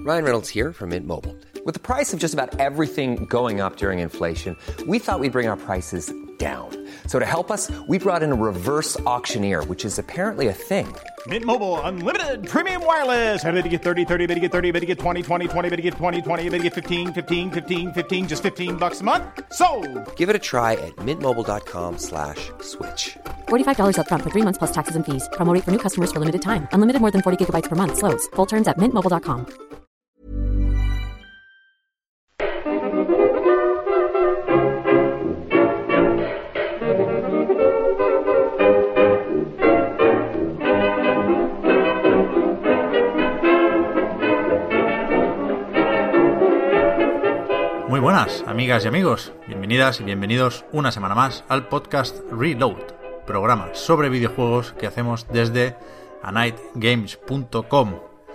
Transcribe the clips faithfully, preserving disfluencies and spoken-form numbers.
Ryan Reynolds here from Mint Mobile. With the price of just about everything going up during inflation, we thought we'd bring our prices down. So to help us, we brought in a reverse auctioneer, which is apparently a thing. Mint Mobile Unlimited Premium Wireless. How to get thirty, thirty, how to get thirty, how to get twenty, twenty, twenty, how to get twenty, twenty, how to get fifteen, fifteen, fifteen, fifteen, just fifteen bucks a month? Sold! Give it a try at mintmobile.com slash switch. forty-five dollars up front for three months plus taxes and fees. Promo rate for new customers for limited time. Unlimited more than forty gigabytes per month. Slows full terms at mint mobile dot com. Muy buenas, amigas y amigos. Bienvenidas y bienvenidos una semana más al podcast Reload, programa sobre videojuegos que hacemos desde a night games punto com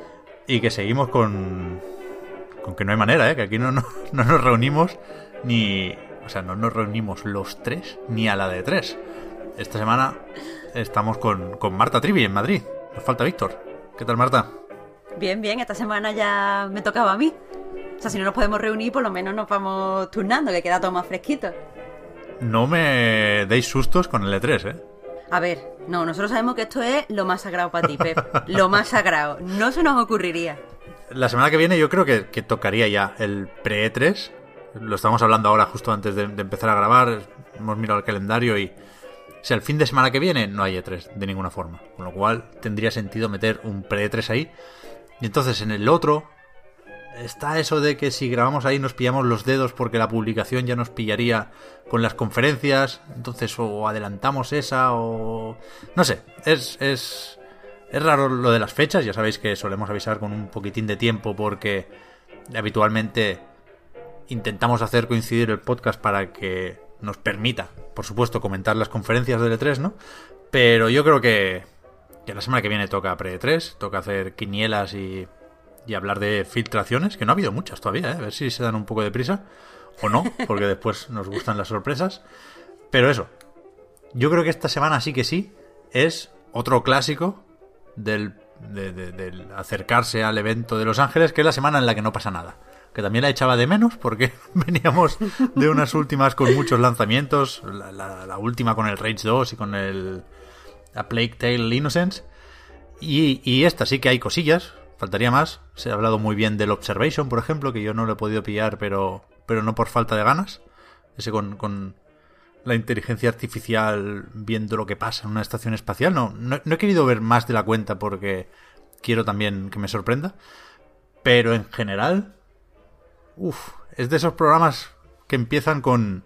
y que seguimos con con que no hay manera, ¿eh? Que aquí no, no, no nos reunimos ni... O sea, no nos reunimos los tres ni a la de tres. Esta semana estamos con, con Marta Trivi en Madrid. Nos falta Víctor. ¿Qué tal, Marta? Bien, bien. Esta semana ya me tocaba a mí. O sea, si no nos podemos reunir, por lo menos nos vamos turnando, que queda todo más fresquito. No me deis sustos con el E tres, ¿eh? A ver, no, nosotros sabemos que esto es lo más sagrado para ti, Pep. Lo más sagrado. No se nos ocurriría. La semana que viene yo creo que, que tocaría ya el pre-E tres. Lo estamos hablando ahora justo antes de, de empezar a grabar. Hemos mirado el calendario y... O sea, el fin de semana que viene no hay E tres de ninguna forma. Con lo cual tendría sentido meter un pre-E tres ahí. Y entonces en el otro... Está eso de que si grabamos ahí nos pillamos los dedos porque la publicación ya nos pillaría con las conferencias, entonces o adelantamos esa o... No sé, es, es, es raro lo de las fechas, ya sabéis que solemos avisar con un poquitín de tiempo porque habitualmente intentamos hacer coincidir el podcast para que nos permita, por supuesto, comentar las conferencias del E tres, ¿no? Pero yo creo que, que la semana que viene toca pre-E tres, toca hacer quinielas y... y hablar de filtraciones, que no ha habido muchas todavía, ¿eh? A ver si se dan un poco de prisa o no, porque después nos gustan las sorpresas. Pero eso, yo creo que esta semana sí que sí es otro clásico del, de, de, del acercarse al evento de Los Ángeles, que es la semana en la que no pasa nada, que también la echaba de menos porque veníamos de unas últimas con muchos lanzamientos, la, la, la última con el Rage dos y con el A Plague Tale Innocence, y, y esta sí que hay cosillas. Faltaría más. Se ha hablado muy bien del Observation, por ejemplo, que yo no lo he podido pillar, pero pero no por falta de ganas. Ese con, con la inteligencia artificial viendo lo que pasa en una estación espacial. No, no, no he querido ver más de la cuenta porque quiero también que me sorprenda. Pero en general, uff, es de esos programas que empiezan con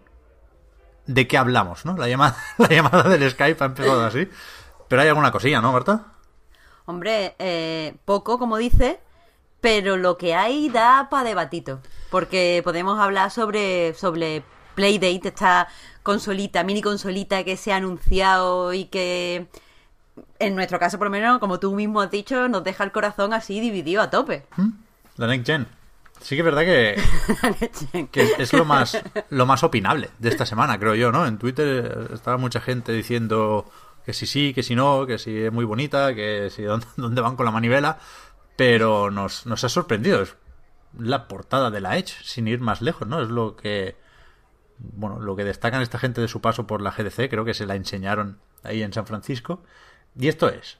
¿de qué hablamos?, ¿no? La llamada, la llamada del Skype ha empezado así. Pero hay alguna cosilla, ¿no, Marta? Hombre, eh, poco, como dice, pero lo que hay da para debatito. Porque podemos hablar sobre, sobre Playdate, esta consolita, mini consolita que se ha anunciado y que, en nuestro caso, por lo menos, como tú mismo has dicho, nos deja el corazón así dividido a tope. La Next Gen. Sí que es verdad que, que es lo más, lo más opinable de esta semana, creo yo, ¿no? En Twitter estaba mucha gente diciendo... que si sí, que si no, que si es muy bonita, que si dónde, dónde van con la manivela, pero nos, nos ha sorprendido. Es la portada de la Edge, sin ir más lejos, ¿no? Es lo que, bueno, lo que destacan esta gente de su paso por la G D C, creo que se la enseñaron ahí en San Francisco. Y esto es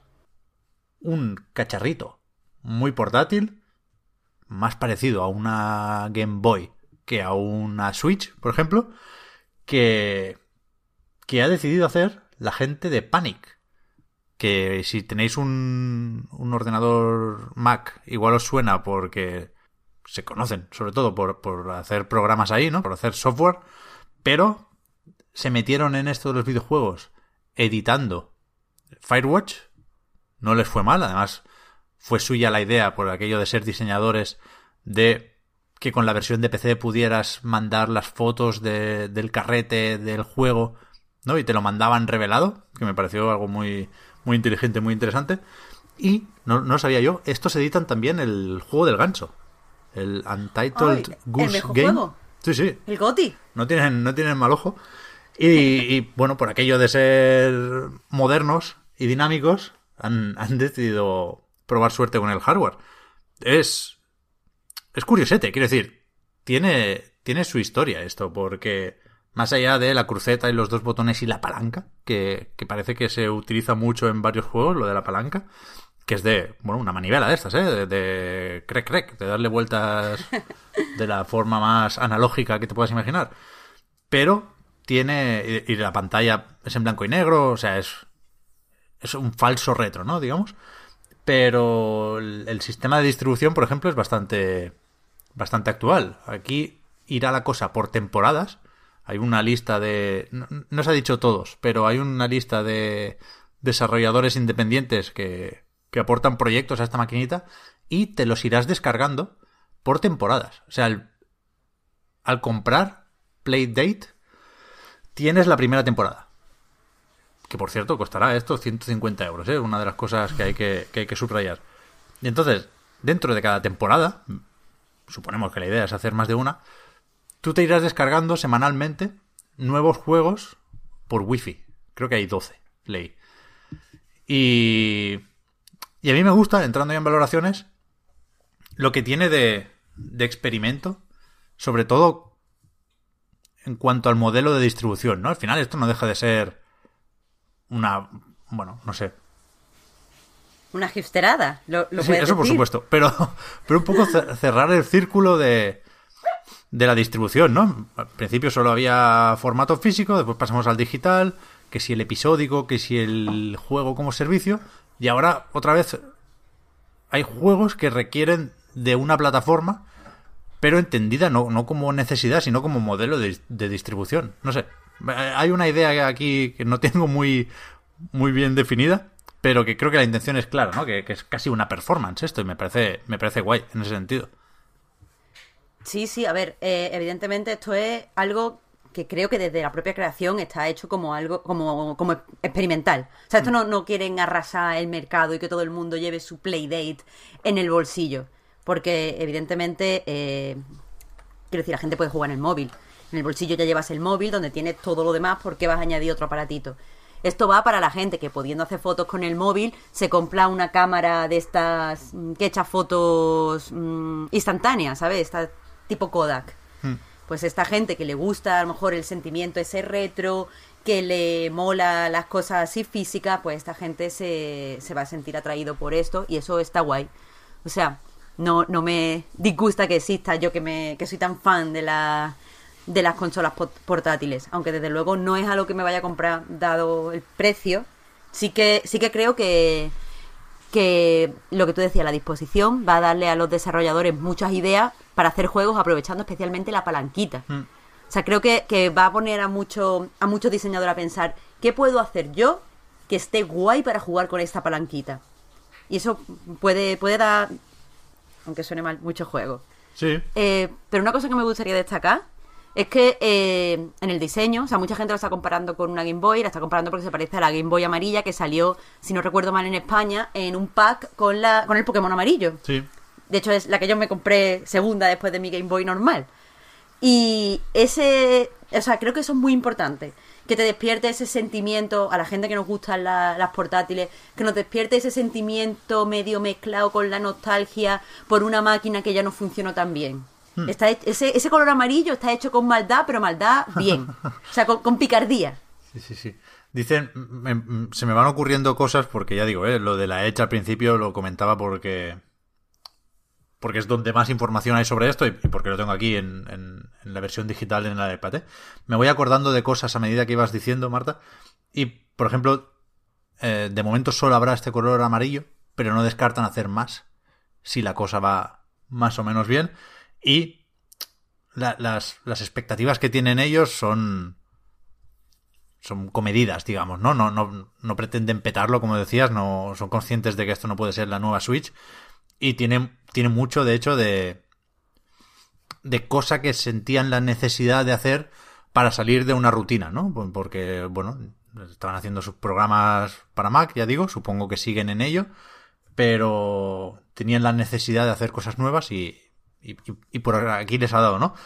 un cacharrito muy portátil, más parecido a una Game Boy que a una Switch, por ejemplo, que, que ha decidido hacer la gente de Panic, que si tenéis un, un ordenador Mac igual os suena porque se conocen sobre todo por, por hacer programas ahí, ¿no? Por hacer software, pero se metieron en esto de los videojuegos editando Firewatch, no les fue mal, además fue suya la idea por aquello de ser diseñadores de que con la versión de P C pudieras mandar las fotos de, del carrete del juego, ¿no? Y te lo mandaban revelado, que me pareció algo muy, muy inteligente, muy interesante. Y, no, no sabía yo, estos editan también el juego del ganso. El Untitled Ay, Goose ¿el mejor Game. Juego? Sí, sí. El GOTY. No tienen, no tienen mal ojo. Y, y, bueno, por aquello de ser modernos y dinámicos, han, han decidido probar suerte con el hardware. Es es curiosete, quiero decir, tiene, tiene su historia esto, porque más allá de la cruceta y los dos botones y la palanca, que, que parece que se utiliza mucho en varios juegos, lo de la palanca, que es de, bueno, una manivela de estas, ¿eh? De, de crec crec, de darle vueltas de la forma más analógica que te puedas imaginar. Pero tiene, y, y la pantalla es en blanco y negro, o sea, es, es un falso retro, ¿no? Digamos. Pero el, el sistema de distribución, por ejemplo, es bastante, bastante actual. Aquí irá la cosa por temporadas. Hay una lista de, no, no se ha dicho todos, pero hay una lista de desarrolladores independientes que que aportan proyectos a esta maquinita y te los irás descargando por temporadas. O sea, al, al comprar Playdate tienes la primera temporada. Que, por cierto, costará esto ciento cincuenta euros, ¿eh? Una de las cosas que hay que, que hay que subrayar. Y entonces, dentro de cada temporada, suponemos que la idea es hacer más de una, tú te irás descargando semanalmente nuevos juegos por wifi. Creo que hay doce, leí. Y... Y a mí me gusta, entrando ya en valoraciones, lo que tiene de, de experimento, sobre todo en cuanto al modelo de distribución, ¿no? Al final esto no deja de ser una, bueno, no sé. Una hipsterada, lo, lo sí, puedes eso por decir. supuesto, pero, pero un poco cerrar el círculo de, de la distribución, ¿no? Al principio solo había formato físico, después pasamos al digital, que si el episódico, que si el juego como servicio... Y ahora, otra vez, hay juegos que requieren de una plataforma, pero entendida no, no como necesidad, sino como modelo de, de distribución. No sé, hay una idea aquí que no tengo muy, muy bien definida, pero que creo que la intención es clara, ¿no? Que, que es casi una performance esto, y me parece, me parece guay en ese sentido. Sí, sí, a ver, eh, evidentemente esto es algo que creo que desde la propia creación está hecho como algo como, como experimental. O sea, esto no, no quieren arrasar el mercado y que todo el mundo lleve su Playdate en el bolsillo. Porque, evidentemente, eh, quiero decir, la gente puede jugar en el móvil. En el bolsillo ya llevas el móvil, donde tienes todo lo demás, ¿por qué vas a añadir otro aparatito? Esto va para la gente que, pudiendo hacer fotos con el móvil, se compra una cámara de estas que echa fotos mmm, instantáneas, ¿sabes? Esta tipo Kodak. Hmm. Pues esta gente que le gusta a lo mejor el sentimiento ese retro, que le mola las cosas así físicas, pues esta gente se, se va a sentir atraído por esto y eso está guay. O sea, no, no me disgusta que exista yo que me que soy tan fan de, la, de las consolas portátiles, aunque desde luego no es algo que me vaya a comprar dado el precio. Sí que, sí que creo que, que lo que tú decías, la disposición va a darle a los desarrolladores muchas ideas para hacer juegos aprovechando especialmente la palanquita. Mm. O sea, creo que, que va a poner a, mucho, a muchos diseñadores a pensar ¿qué puedo hacer yo que esté guay para jugar con esta palanquita? Y eso puede, puede dar, aunque suene mal, mucho juego. Sí. Eh, pero una cosa que me gustaría destacar es que eh, en el diseño, o sea, mucha gente lo está comparando con una Game Boy, la está comparando porque se parece a la Game Boy amarilla que salió, si no recuerdo mal, en España, en un pack con, la, con el Pokémon amarillo. Sí. De hecho, es la que yo me compré segunda después de mi Game Boy normal. Y ese... O sea, creo que eso es muy importante. Que te despierte ese sentimiento a la gente que nos gustan la, las portátiles. Que nos despierte ese sentimiento medio mezclado con la nostalgia por una máquina que ya no funcionó tan bien. Hmm. Está, ese, ese color amarillo está hecho con maldad, pero maldad bien. O sea, con, con picardía. Sí, sí, sí. Dicen... Me, se me van ocurriendo cosas porque ya digo, ¿eh? Lo de la Edge al principio lo comentaba porque... porque es donde más información hay sobre esto y porque lo tengo aquí en, en, en la versión digital en la iPad, ¿eh? Me voy acordando de cosas a medida que ibas diciendo, Marta, y, por ejemplo, eh, de momento solo habrá este color amarillo, pero no descartan hacer más si la cosa va más o menos bien, y la, las, las expectativas que tienen ellos son son comedidas, digamos, ¿no? No, no, no pretenden petarlo, como decías, no son conscientes de que esto no puede ser la nueva Switch. Y tiene, tiene mucho, de hecho, de, de cosa que sentían la necesidad de hacer para salir de una rutina, ¿no? Porque, bueno, estaban haciendo sus programas para Mac, ya digo, supongo que siguen en ello, pero tenían la necesidad de hacer cosas nuevas y, y, y por aquí les ha dado, ¿no?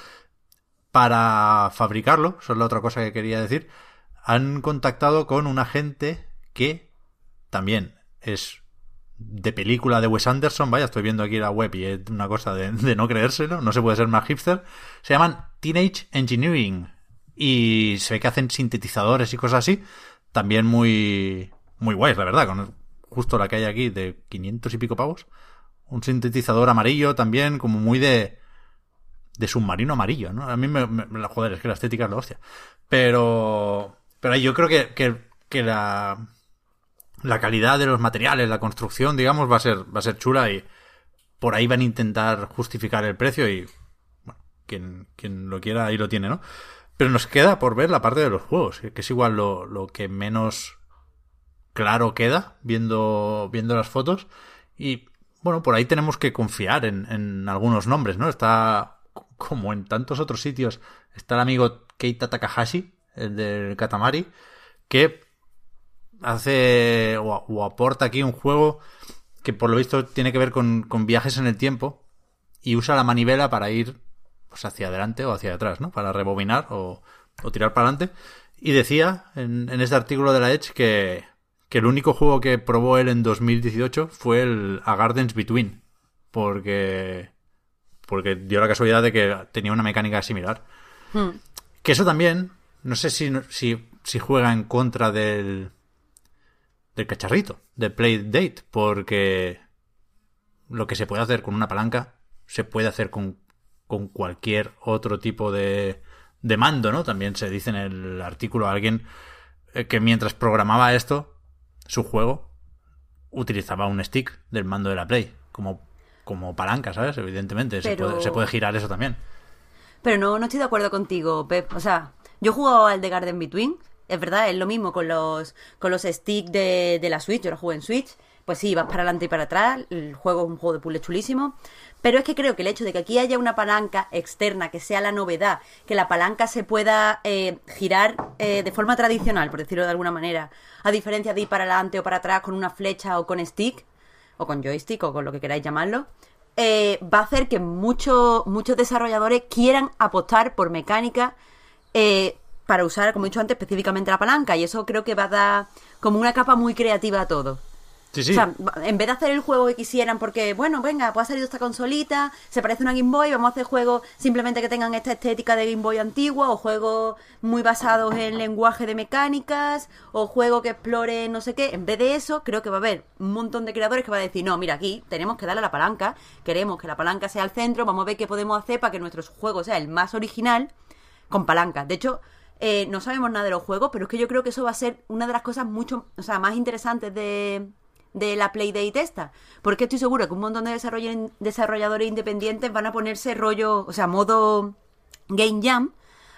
Para fabricarlo, eso es la otra cosa que quería decir, han contactado con una gente que también es de película de Wes Anderson. Vaya, estoy viendo aquí la web y es una cosa de, de no creérselo, no se puede ser más hipster. Se llaman Teenage Engineering y se ve que hacen sintetizadores y cosas así, también muy muy guays, la verdad, con justo la que hay aquí de quinientos y pico pavos. Un sintetizador amarillo también, como muy de de submarino amarillo, ¿no? A mí me, me joder, es que la estética es la hostia. Pero pero yo creo que, que, que la la calidad de los materiales, la construcción, digamos, va a ser va a ser chula y por ahí van a intentar justificar el precio y bueno, quien, quien lo quiera ahí lo tiene, ¿no? Pero nos queda por ver la parte de los juegos, que es igual lo, lo que menos claro queda viendo viendo las fotos. Y bueno, por ahí tenemos que confiar en, en algunos nombres, ¿no? Está, como en tantos otros sitios, está el amigo Keita Takahashi, el del Katamari, que hace o, o aporta aquí un juego que por lo visto tiene que ver con, con viajes en el tiempo y usa la manivela para ir pues hacia adelante o hacia atrás, ¿no? Para rebobinar o, o tirar para adelante. Y decía en, en este artículo de la Edge que, que el único juego que probó él en dos mil dieciocho fue el A Gardens Between, porque porque dio la casualidad de que tenía una mecánica similar. Hmm. Que eso también, no sé si, si, si juega en contra del del cacharrito, del Playdate, porque lo que se puede hacer con una palanca se puede hacer con, con cualquier otro tipo de, de mando, ¿no? También se dice en el artículo a alguien que mientras programaba esto, su juego utilizaba un stick del mando de la Play como, como palanca, ¿sabes? Evidentemente, Pero... se, puede, se puede girar eso también. Pero no, no estoy de acuerdo contigo, Pep. O sea, yo he jugado al The Garden Between. Es verdad, es lo mismo con los con los sticks de, de la Switch. Yo lo jugué en Switch. Pues sí, vas para adelante y para atrás. El juego es un juego de puzzle chulísimo. Pero es que creo que el hecho de que aquí haya una palanca externa, que sea la novedad, que la palanca se pueda eh, girar eh, de forma tradicional, por decirlo de alguna manera, a diferencia de ir para adelante o para atrás con una flecha o con stick, o con joystick, o con lo que queráis llamarlo, eh, va a hacer que muchos muchos desarrolladores quieran apostar por mecánica eh, para usar, como he dicho antes, específicamente la palanca. Y eso creo que va a dar como una capa muy creativa a todo. Sí, sí. O sea, en vez de hacer el juego que quisieran, porque, bueno, venga, pues ha salido esta consolita, se parece a una Game Boy, vamos a hacer juegos simplemente que tengan esta estética de Game Boy antigua, o juegos muy basados en lenguaje de mecánicas, o juegos que exploren no sé qué. En vez de eso, creo que va a haber un montón de creadores que va a decir, no, mira, aquí tenemos que darle a la palanca, queremos que la palanca sea el centro, vamos a ver qué podemos hacer para que nuestro juego sea el más original con palanca. De hecho, eh, no sabemos nada de los juegos, pero es que yo creo que eso va a ser una de las cosas mucho, o sea, más interesantes de... de la Playdate esta, porque estoy seguro que un montón de desarrolladores independientes van a ponerse rollo, o sea, modo Game Jam,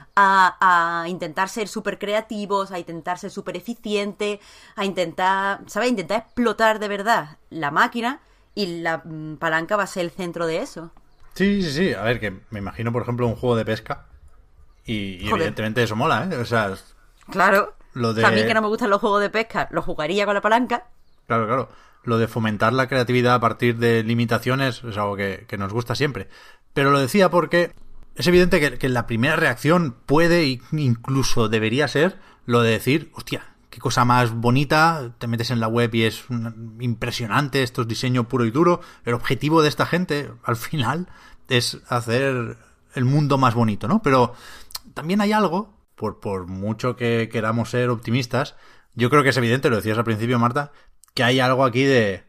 a, a intentar ser súper creativos, a intentar ser súper eficientes, a intentar, ¿sabes? Intentar explotar de verdad la máquina, y la mm, palanca va a ser el centro de eso. Sí, sí, sí, a ver, que me imagino, por ejemplo, un juego de pesca y, y evidentemente eso mola, ¿eh? O sea, claro, lo de... o sea, a mí que no me gustan los juegos de pesca, lo jugaría con la palanca. Claro, claro. Lo de fomentar la creatividad a partir de limitaciones es algo que, que nos gusta siempre. Pero lo decía porque es evidente que, que la primera reacción puede e incluso debería ser lo de decir, hostia, qué cosa más bonita, te metes en la web y es un, impresionante, esto es diseño puro y duro. El objetivo de esta gente, al final, es hacer el mundo más bonito, ¿no? Pero también hay algo, por, por mucho que queramos ser optimistas, yo creo que es evidente, lo decías al principio, Marta, que hay algo aquí de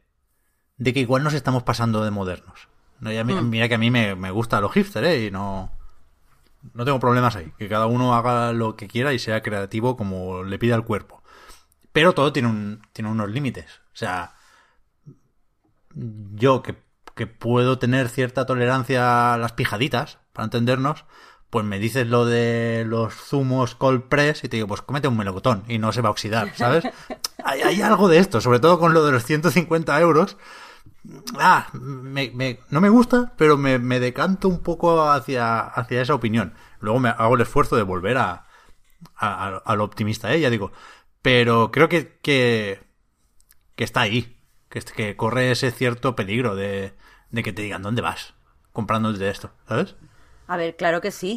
de que igual nos estamos pasando de modernos. No, ya, mm. Mira que a mí me, me gusta lo hipster, ¿eh? Y no, no tengo problemas ahí. Que cada uno haga lo que quiera y sea creativo como le pida el cuerpo. Pero todo tiene un tiene unos límites. O sea, yo que, que puedo tener cierta tolerancia a las pijaditas, para entendernos, pues me dices lo de los zumos cold press y te digo, pues cómete un melocotón y no se va a oxidar, ¿sabes? Hay, hay algo de esto, sobre todo con lo de los ciento cincuenta euros. Ah, me, me, no me gusta, pero me, me decanto un poco hacia, hacia esa opinión. Luego me hago el esfuerzo de volver a, a, a lo optimista, ¿eh? Ya digo. Pero creo que, que, que está ahí, que, que corre ese cierto peligro de, de que te digan, ¿dónde vas comprándote esto? ¿Sabes? A ver, claro que sí.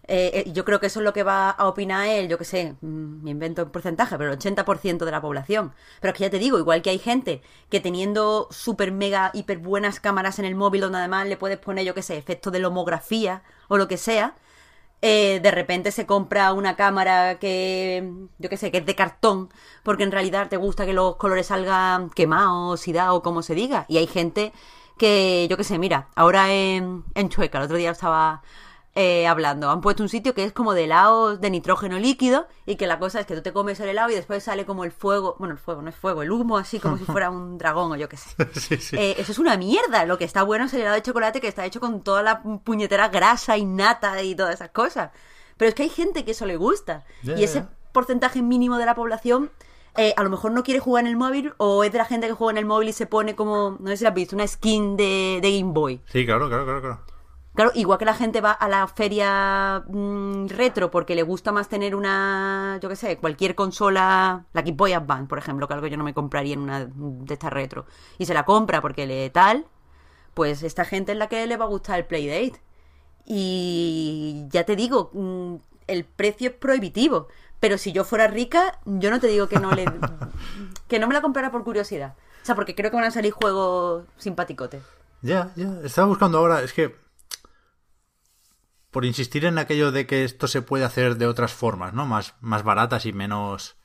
Eh, eh, yo creo que eso es lo que va a opinar él, yo qué sé, mm, me invento un porcentaje, pero el ochenta por ciento de la población. Pero es que ya te digo, igual que hay gente que teniendo súper mega, hiper buenas cámaras en el móvil, donde además le puedes poner, yo qué sé, efectos de lomografía o lo que sea, eh, de repente se compra una cámara que, yo qué sé, que es de cartón, porque en realidad te gusta que los colores salgan quemados, oxidados, como se diga. Y hay gente que, yo qué sé, mira, ahora en, en Chueca, el otro día estaba... Eh, hablando, han puesto un sitio que es como de helados de nitrógeno líquido y que la cosa es que tú te comes el helado y después sale como el fuego, bueno, el fuego no es fuego, el humo así como si fuera un dragón o yo qué sé. Sí, sí. Eh, eso es una mierda. Lo que está bueno es el helado de chocolate, que está hecho con toda la puñetera grasa y nata y todas esas cosas. Pero es que hay gente que eso le gusta. Yeah, y ese yeah. porcentaje mínimo de la población eh, a lo mejor no quiere jugar en el móvil, o es de la gente que juega en el móvil y se pone como, no sé si lo has visto, una skin de, de Game Boy. Sí, claro, claro, claro, claro. Claro, igual que la gente va a la feria mmm, retro porque le gusta más tener una, yo qué sé, cualquier consola, la Game Boy Advance, por ejemplo, que algo yo no me compraría en una de estas retro, y se la compra porque le tal, pues esta gente es la que le va a gustar el Playdate. Y ya te digo, mmm, el precio es prohibitivo, pero si yo fuera rica, yo no te digo que no le que no me la comprara por curiosidad. O sea, porque creo que van a salir juegos simpaticotes. Ya, ya, estaba buscando ahora, es que por insistir en aquello de que esto se puede hacer de otras formas, ¿no? Más, más baratas y menos...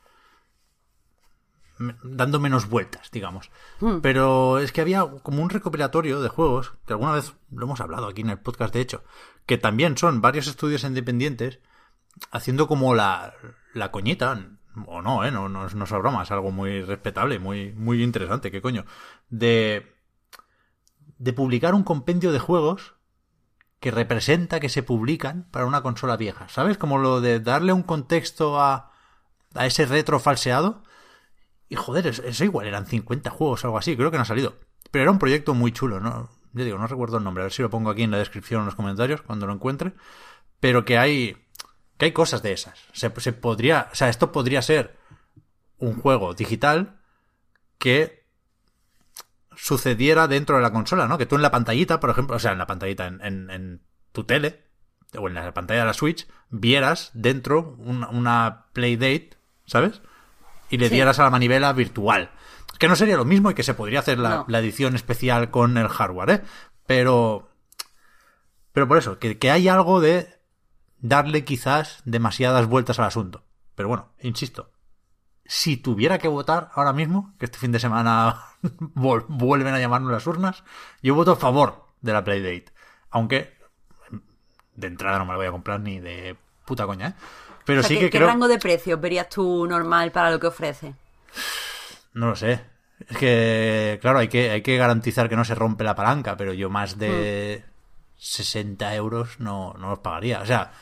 dando menos vueltas, digamos. Mm. Pero es que había como un recopilatorio de juegos, que alguna vez lo hemos hablado aquí en el podcast, de hecho, que también son varios estudios independientes haciendo como la, la coñita, o no, ¿eh? No, no, no es broma, es algo muy respetable, muy, muy interesante, ¿qué coño? De, de publicar un compendio de juegos que representa que se publican para una consola vieja, ¿sabes? Como lo de darle un contexto a, a ese retro falseado. Y joder, eso igual eran cincuenta juegos o algo así, creo que no ha salido. Pero era un proyecto muy chulo, ¿no? Yo digo, no recuerdo el nombre, a ver si lo pongo aquí en la descripción o en los comentarios cuando lo encuentre. Pero que hay que hay cosas de esas. Se, se podría, o sea, esto podría ser un juego digital que sucediera dentro de la consola, ¿no? Que tú en la pantallita, por ejemplo, o sea, en la pantallita, en, en, en tu tele, o en la pantalla de la Switch, vieras dentro una, una Playdate, ¿sabes? Y le dieras sí. a la manivela virtual. Que no sería lo mismo y que se podría hacer la, no. la edición especial con el hardware, ¿eh? Pero... Pero por eso, que, que hay algo de darle quizás demasiadas vueltas al asunto. Pero bueno, insisto, si tuviera que votar ahora mismo, que este fin de semana vuelven a llamarnos las urnas, yo voto a favor de la Playdate. Aunque de entrada no me la voy a comprar ni de puta coña, ¿eh? Pero o sea, sí ¿qué, que ¿qué creo... rango de precios verías tú normal para lo que ofrece? No lo sé. Es que, claro, hay que, hay que garantizar que no se rompe la palanca, pero yo más de hmm. sesenta euros no, no los pagaría. O sea,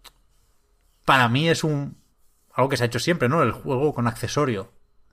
para mí es un algo que se ha hecho siempre, ¿no? El juego con accesorio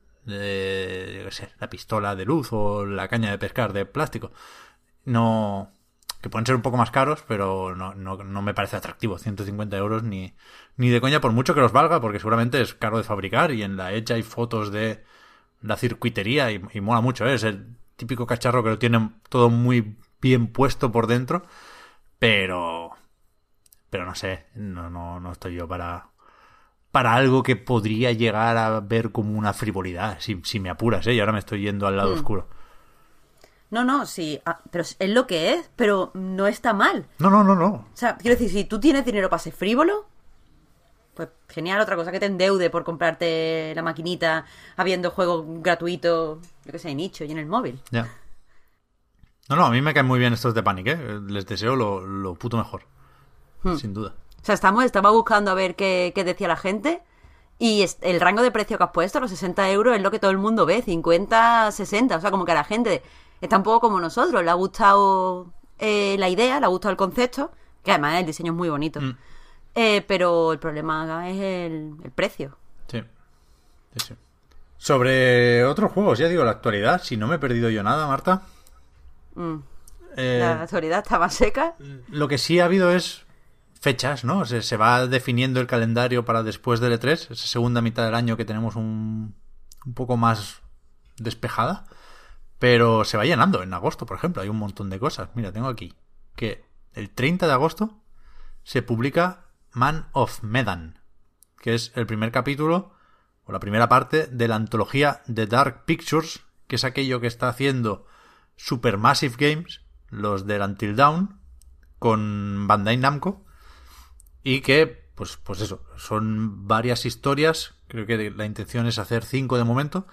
de, yo qué sé, la pistola de luz o la caña de pescar de plástico. No... que pueden ser un poco más caros, pero no, no, no me parece atractivo. ciento cincuenta euros ni, ni de coña, por mucho que los valga, porque seguramente es caro de fabricar y en la Edge hay fotos de la circuitería y, y mola mucho, ¿eh? Es el típico cacharro que lo tienen todo muy bien puesto por dentro, pero pero no sé, no, no, no estoy yo para para algo que podría llegar a ver como una frivolidad, si, si me apuras, ¿eh? Y ahora me estoy yendo al lado mm. oscuro. No, no, sí, ah, pero es lo que es, pero no está mal. No, no, no, no. O sea, quiero decir, si tú tienes dinero para ser frívolo, pues genial. Otra cosa que te endeude por comprarte la maquinita habiendo juegos gratuitos, yo que sé, en nicho y en el móvil. Ya. No, no, a mí me caen muy bien estos de Panic, ¿eh? Les deseo lo, lo puto mejor, hmm. sin duda. O sea, estamos, estaba buscando a ver qué, qué decía la gente y el rango de precio que has puesto, los sesenta euros, es lo que todo el mundo ve, cincuenta, sesenta. O sea, como que a la gente... está un poco como nosotros, le ha gustado eh, la idea, le ha gustado el concepto, que además el diseño es muy bonito. Mm. Eh, pero el problema es el, el precio. Sí. sí, sí. Sobre otros juegos, ya digo, la actualidad, si no me he perdido yo nada, Marta. Mm. Eh, la actualidad está más seca. Lo que sí ha habido es fechas, ¿no? Se, se va definiendo el calendario para después del E tres, esa segunda mitad del año que tenemos un, un poco más despejada. Pero se va llenando. En agosto, por ejemplo, hay un montón de cosas. Mira, tengo aquí que el treinta de agosto se publica Man of Medan, que es el primer capítulo o la primera parte de la antología de Dark Pictures, que es aquello que está haciendo Supermassive Games, los del Until Dawn, con Bandai Namco, y que, pues, pues eso, son varias historias. Creo que la intención es hacer cinco de momento,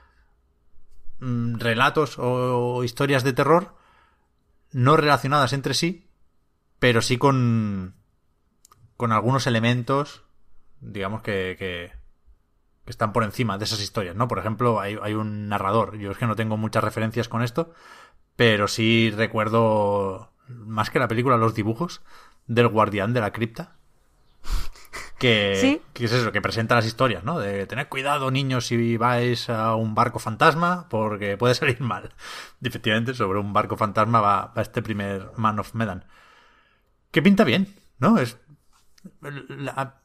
relatos o historias de terror no relacionadas entre sí, pero sí con con algunos elementos, digamos, que, que, que están por encima de esas historias, ¿no? Por ejemplo, hay, hay un narrador. Yo es que no tengo muchas referencias con esto, pero sí recuerdo, más que la película, los dibujos del Guardián de la Cripta. Que, ¿Sí? que es eso, que presenta las historias, ¿no? De tener cuidado, niños, si vais a un barco fantasma, porque puede salir mal. Y efectivamente, sobre un barco fantasma va, va este primer Man of Medan. Que pinta bien, ¿no? Es la,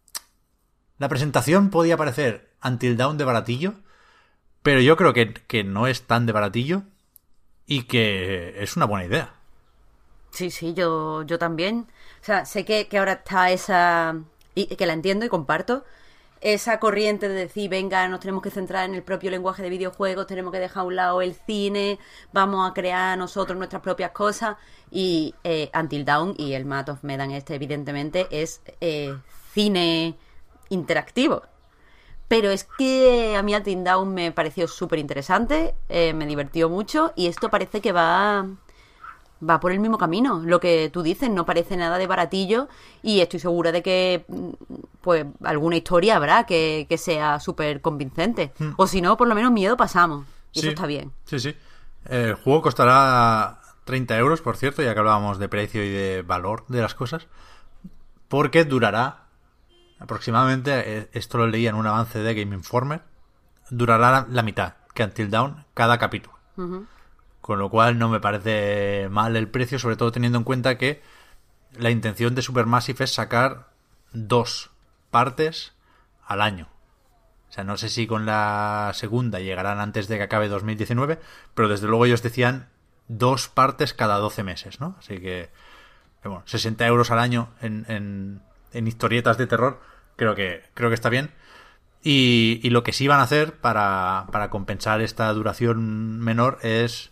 la presentación podía parecer Until Dawn de baratillo, pero yo creo que, que no es tan de baratillo y que es una buena idea. Sí, sí, yo, yo también. O sea, sé que, que ahora está esa... y que la entiendo y comparto, esa corriente de decir, venga, nos tenemos que centrar en el propio lenguaje de videojuegos, tenemos que dejar a un lado el cine, vamos a crear nosotros nuestras propias cosas, y eh, Until Dawn y el Man of Medan este, evidentemente, es eh, cine interactivo. Pero es que a mí Until Dawn me pareció súper interesante, eh, me divirtió mucho, y esto parece que va... va por el mismo camino, lo que tú dices, no parece nada de baratillo, y estoy segura de que pues alguna historia habrá que, que sea súper convincente, mm. o si no, por lo menos miedo pasamos, y sí, eso está bien. Sí, sí. El juego costará treinta euros, por cierto, ya que hablábamos de precio y de valor de las cosas, porque durará aproximadamente, esto lo leía en un avance de Game Informer, durará la, la mitad que Until Dawn cada capítulo. Uh-huh. Con lo cual no me parece mal el precio, sobre todo teniendo en cuenta que la intención de Supermassive es sacar dos partes al año. O sea, no sé si con la segunda llegarán antes de que acabe dos mil diecinueve, pero desde luego ellos decían dos partes cada doce meses, ¿no? Así que, bueno, sesenta euros al año en, en, en historietas de terror, creo que, creo que está bien. Y, y lo que sí van a hacer para, para compensar esta duración menor es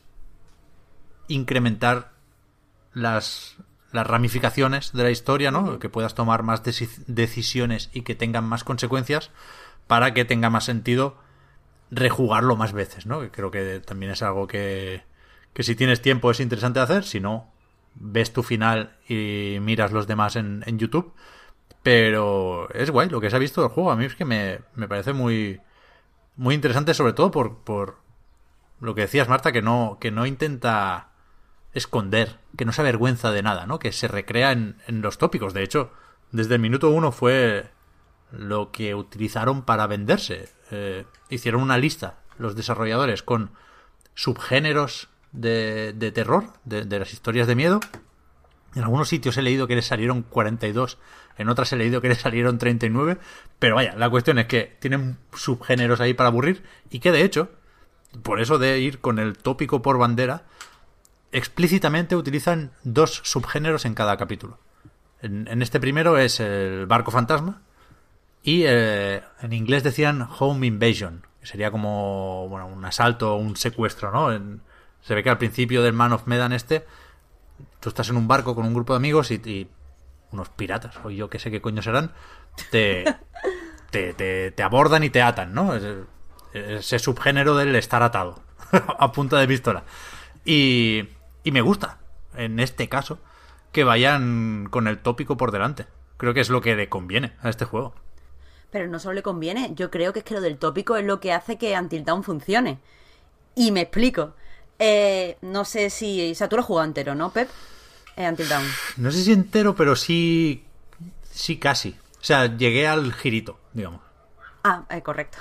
incrementar las, las ramificaciones de la historia, ¿no? Que puedas tomar más deci- decisiones y que tengan más consecuencias para que tenga más sentido rejugarlo más veces, ¿no? Que creo que también es algo que, que si tienes tiempo es interesante hacer, si no, ves tu final y miras los demás en, en YouTube. Pero es guay lo que se ha visto del juego. A mí es que me, me parece muy, muy interesante, sobre todo por, por lo que decías, Marta, que no, que no intenta esconder, que no se avergüenza de nada, ¿no? Que se recrea en, en los tópicos. De hecho, desde el minuto uno fue lo que utilizaron para venderse. Eh, hicieron una lista los desarrolladores con subgéneros de, de terror, de, de las historias de miedo. En algunos sitios he leído que les salieron cuarenta y dos, en otras he leído que les salieron treinta y nueve, pero vaya, la cuestión es que tienen subgéneros ahí para aburrir, y que de hecho, por eso de ir con el tópico por bandera, explícitamente utilizan dos subgéneros en cada capítulo. En, en este primero es el barco fantasma, y eh, en inglés decían home invasion, que sería como, bueno, un asalto o un secuestro, ¿no? En, se ve que al principio del Man of Medan este, tú estás en un barco con un grupo de amigos y, y unos piratas, o yo que sé qué coño serán, te, te, te, te abordan y te atan, ¿no? Ese subgénero del estar atado a punta de pistola. Y, y me gusta, en este caso, que vayan con el tópico por delante. Creo que es lo que le conviene a este juego. Pero no solo le conviene, yo creo que es que lo del tópico es lo que hace que Until Dawn funcione. Y me explico. Eh, no sé si... O sea, tú lo has jugado entero, ¿no, Pep? Eh, Until Dawn. No sé si entero, pero sí... Sí, casi. O sea, llegué al girito, digamos. Ah, eh, correcto.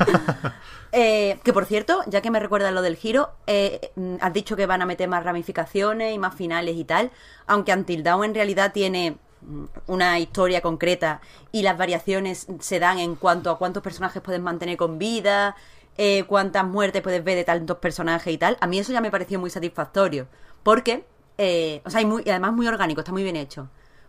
eh, que por cierto, ya que me recuerdas lo del giro, eh, has dicho que van a meter más ramificaciones y más finales y tal, aunque Until Dawn en realidad tiene una historia concreta y las variaciones se dan en cuanto a cuántos personajes puedes mantener con vida, eh, cuántas muertes puedes ver de tantos personajes y tal. A mí eso ya me pareció muy satisfactorio, porque, eh, o sea, y, muy, y además muy orgánico, está muy bien hecho.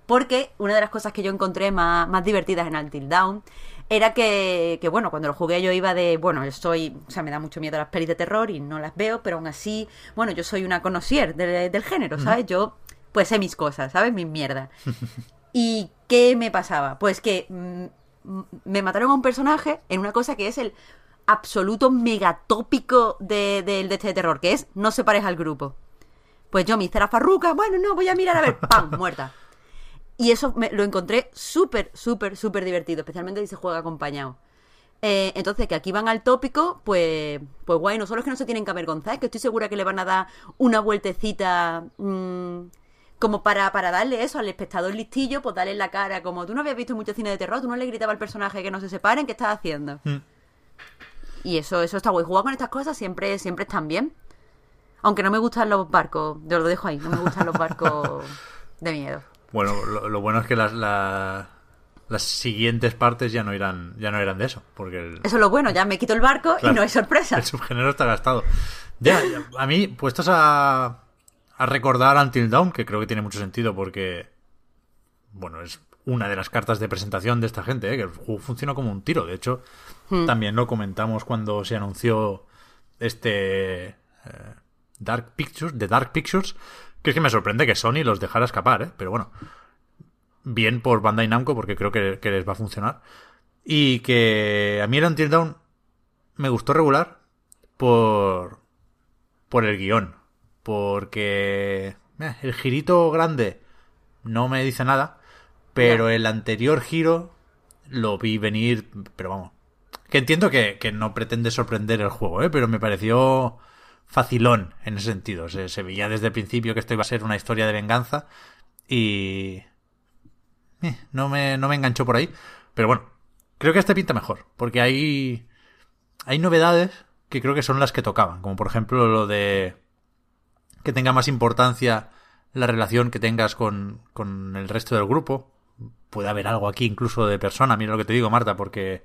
Porque una de las cosas que yo encontré más, más divertidas en Until Dawn era que, que, bueno, cuando lo jugué yo iba de, bueno, yo soy, o sea, me da mucho miedo las pelis de terror y no las veo, pero aún así, bueno, yo soy una connoisseur de, del género, ¿sabes? Yo, pues sé mis cosas, ¿sabes? Mis mierdas. ¿Y qué me pasaba? Pues que mm, me mataron a un personaje en una cosa que es el absoluto megatópico de, de, de este terror, que es no separes al grupo. Pues yo me hice la farruca, bueno, no, voy a mirar a ver, ¡pam! Muerta. Y eso me, lo encontré súper, súper, súper divertido, especialmente si se juega acompañado. Eh, entonces, que aquí van al tópico, pues pues guay, no solo es que no se tienen que avergonzar, es que estoy segura que le van a dar una vueltecita mmm, como para, para darle eso al espectador listillo, pues darle en la cara, como tú no habías visto mucho cine de terror, tú no le gritabas al personaje que no se separen, ¿qué estás haciendo? Mm. Y eso eso está guay. Jugar con estas cosas siempre, siempre están bien. Aunque no me gustan los barcos, yo lo dejo ahí, no me gustan los barcos de miedo. Bueno, lo, lo bueno es que las, la, las siguientes partes ya no irán ya no irán de eso. Porque el, eso es lo bueno, ya me quito el barco, claro, y no hay sorpresa. El subgénero está gastado. Ya, ya, a mí, puestos a, a recordar Until Dawn, que creo que tiene mucho sentido porque, bueno, es una de las cartas de presentación de esta gente, ¿eh? Que el juego funciona como un tiro. De hecho, hmm. también lo comentamos cuando se anunció este eh, Dark Pictures, de Dark Pictures, que es que me sorprende que Sony los dejara escapar, ¿eh? Pero bueno, bien por Bandai Namco, porque creo que, que les va a funcionar. Y que a mí el Until Dawn me gustó regular por, por el guión. Porque eh, el girito grande no me dice nada. Pero no. El anterior giro lo vi venir, pero vamos, que entiendo que, que no pretende sorprender el juego, ¿eh? Pero me pareció facilón en ese sentido. Se, se veía desde el principio que esto iba a ser una historia de venganza y eh, no me, no me enganchó por ahí. Pero bueno, creo que este pinta mejor, porque hay, hay novedades que creo que son las que tocaban, como por ejemplo lo de que tenga más importancia la relación que tengas con, con el resto del grupo. Puede haber algo aquí incluso de persona, mira lo que te digo, Marta, porque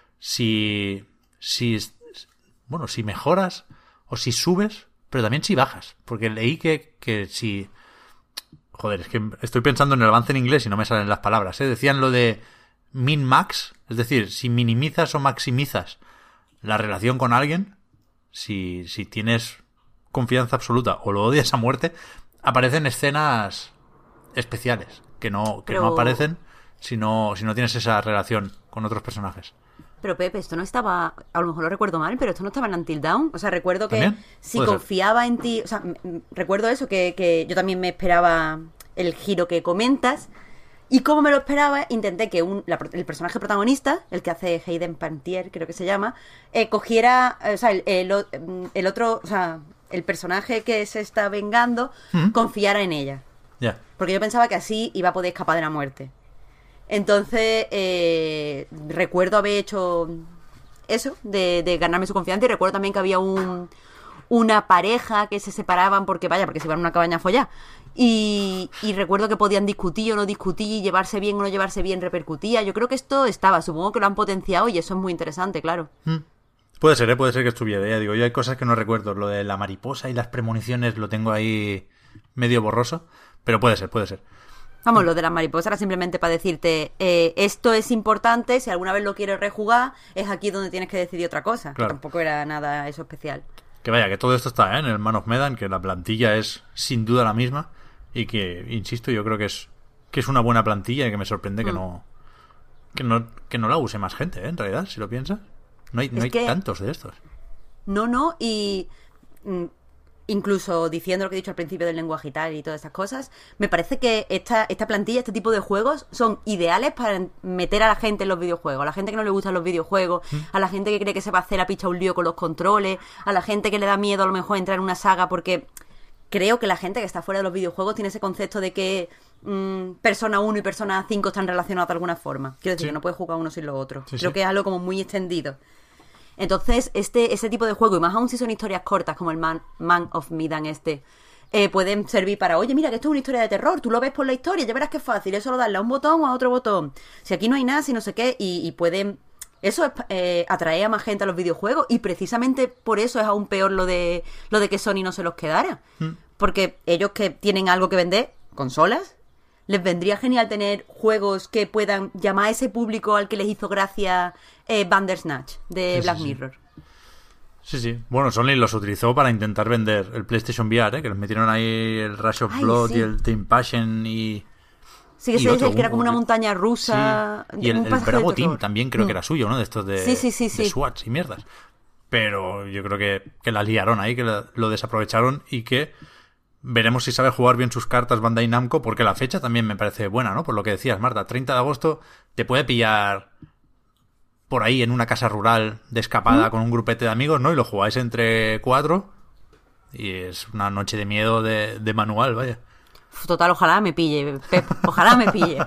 si si bueno, si mejoras o si subes, pero también si bajas, porque leí que, que si joder, es que estoy pensando en el avance en inglés y no me salen las palabras, ¿eh? Decían lo de min-max, es decir, si minimizas o maximizas la relación con alguien, si, si tienes confianza absoluta o lo odias a muerte, aparecen escenas especiales que no, que pero... no aparecen si no, si no tienes esa relación con otros personajes. Pero Pepe, esto no estaba, a lo mejor lo recuerdo mal, pero esto no estaba en Until Dawn. O sea, recuerdo que ¿También? si confiaba ser. en ti, o sea, m- recuerdo eso, que, que yo también me esperaba el giro que comentas. Y como me lo esperaba, intenté que un, la, el personaje protagonista, el que hace Hayden Pantier, creo que se llama, eh, cogiera, o sea, el, el, el otro, o sea, el personaje que se está vengando, ¿Mm? confiara en ella. Ya. Yeah. Porque yo pensaba que así iba a poder escapar de la muerte. Entonces, eh, recuerdo haber hecho eso, de, de ganarme su confianza, y recuerdo también que había un una pareja que se separaban porque, vaya, porque se iban a una cabaña a follar. Y, y recuerdo que podían discutir o no discutir, llevarse bien o no llevarse bien repercutía. Yo creo que esto estaba, supongo que lo han potenciado y eso es muy interesante, claro. Mm. Puede ser, ¿eh? Puede ser que estuviera, ya digo, yo hay cosas que no recuerdo, lo de la mariposa y las premoniciones lo tengo ahí medio borroso, pero puede ser, puede ser. Vamos, lo de las mariposas era simplemente para decirte, eh, esto es importante, si alguna vez lo quieres rejugar, es aquí donde tienes que decidir otra cosa. Claro. Que tampoco era nada eso especial. Que vaya, que todo esto está, ¿eh? en el Man of Medan, que la plantilla es sin duda la misma y que, insisto, yo creo que es que es una buena plantilla y que me sorprende mm. que no que no que no la use más gente, ¿eh? En realidad, si lo piensas. No hay, no hay tantos de estos. No, no, y mm, incluso diciendo lo que he dicho al principio del lenguaje y tal y todas esas cosas, me parece que esta, esta plantilla, este tipo de juegos son ideales para meter a la gente en los videojuegos, a la gente que no le gustan los videojuegos, ¿Mm? a la gente que cree que se va a hacer a picha un lío con los controles, a la gente que le da miedo a lo mejor entrar en una saga, porque creo que la gente que está fuera de los videojuegos tiene ese concepto de que mmm, Persona uno y Persona cinco están relacionados de alguna forma. Quiero decir, sí. que no puedes jugar uno sin lo otro. Sí, creo sí. que es algo como muy extendido. Entonces, este ese tipo de juego, y más aún si son historias cortas, como el Man, Man of Medan este, eh, pueden servir para, oye, mira, que esto es una historia de terror, tú lo ves por la historia, ya verás que es fácil, es solo darle a un botón o a otro botón. Si aquí no hay nada, si no sé qué, y, y pueden... Eso es, eh, atrae a más gente a los videojuegos, y precisamente por eso es aún peor lo de lo de que Sony no se los quedara. Mm. Porque ellos que tienen algo que vender, consolas, les vendría genial tener juegos que puedan llamar a ese público al que les hizo gracia eh, Bandersnatch de Sí, Black sí, sí. Mirror. Sí, sí. Bueno, Sony los utilizó para intentar vender el PlayStation V R, ¿eh? Que les metieron ahí el Rush of Ay, Blood sí. y el Team Passion y... Sí, que y se otro, dice que era un- como una montaña rusa. Sí. Y el, un el pasaje de Bravo terror. Team también creo Mm. que era suyo, ¿no? De estos de, Sí, sí, sí, de sí. SWATs y mierdas. Pero yo creo que, que la liaron ahí, que la- lo desaprovecharon y que veremos si sabe jugar bien sus cartas Bandai Namco, porque la fecha también me parece buena, ¿no? Por lo que decías, Marta, treinta de agosto te puede pillar por ahí en una casa rural de escapada con un grupete de amigos, ¿no? Y lo jugáis entre cuatro y es una noche de miedo de, de manual, vaya. Total, ojalá me pille, Pep, ojalá me pille.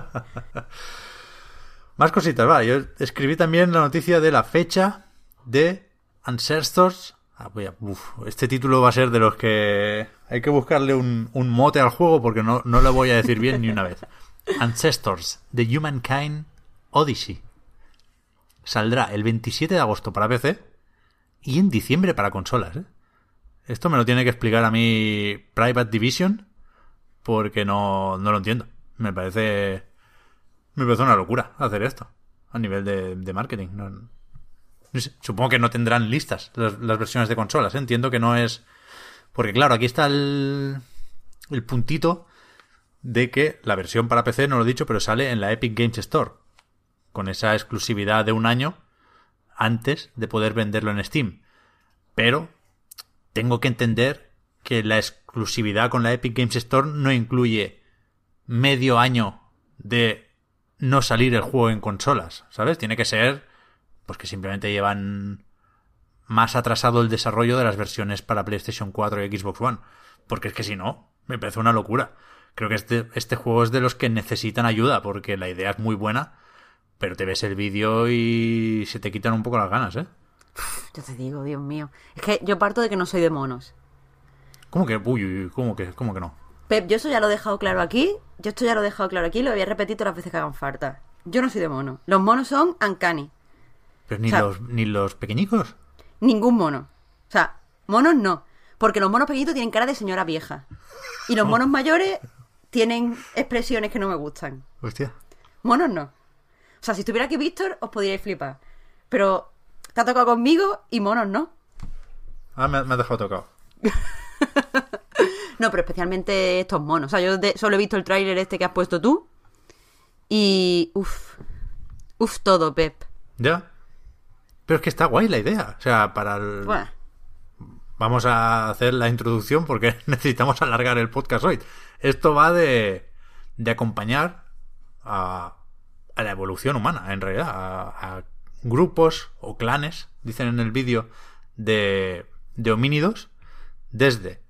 Más cositas, va. Yo escribí también la noticia de la fecha de Ancestors. Ah, voy a- uf, este título va a ser de los que hay que buscarle un, un mote al juego porque no, no lo voy a decir bien ni una vez. Ancestors, The Humankind Odyssey. Saldrá el veintisiete de agosto para P C y en diciembre para consolas, ¿eh? Esto me lo tiene que explicar a mí Private Division porque no, no lo entiendo. Me parece... Me parece una locura hacer esto a nivel de, de marketing. No, no sé, supongo que no tendrán listas las, las versiones de consolas, ¿eh? Entiendo que no es... Porque claro, aquí está el, el puntito de que la versión para P C, no lo he dicho, pero sale en la Epic Games Store, con esa exclusividad de un año antes de poder venderlo en Steam. Pero tengo que entender que la exclusividad con la Epic Games Store no incluye medio año de no salir el juego en consolas, ¿sabes? Tiene que ser pues que simplemente llevan más atrasado el desarrollo de las versiones para PlayStation cuatro y Xbox One, porque es que si no, me parece una locura. Creo que este, este juego es de los que necesitan ayuda, porque la idea es muy buena, pero te ves el vídeo y se te quitan un poco las ganas, ¿eh? Yo te digo, Dios mío. Es que yo parto de que no soy de monos. ¿Cómo que? Uy, uy, uy, ¿cómo que, cómo que no? Pep, yo eso ya lo he dejado claro aquí. Yo esto ya lo he dejado claro aquí y lo voy a repetir todas las veces que hagan falta. Yo no soy de mono. Los monos son uncanny. Pero ni, O sea, los, ni los pequeñicos. Ningún mono. O sea, monos no. Porque los monos pequeñitos tienen cara de señora vieja. Y los monos mayores tienen expresiones que no me gustan. Hostia. Monos no. O sea, si estuviera aquí Víctor, os podríais flipar. Pero te ha tocado conmigo y monos no. Ah, me, me has dejado tocado. No, pero especialmente estos monos. O sea, yo de- solo he visto el tráiler este que has puesto tú. Y... Uf. Uf todo, Pep. Ya. Pero es que está guay la idea. O sea, para el... Buah. Vamos a hacer la introducción porque necesitamos alargar el podcast hoy. Esto va de, de acompañar a, a la evolución humana, en realidad. A, a grupos o clanes, dicen en el vídeo, de, de homínidos desde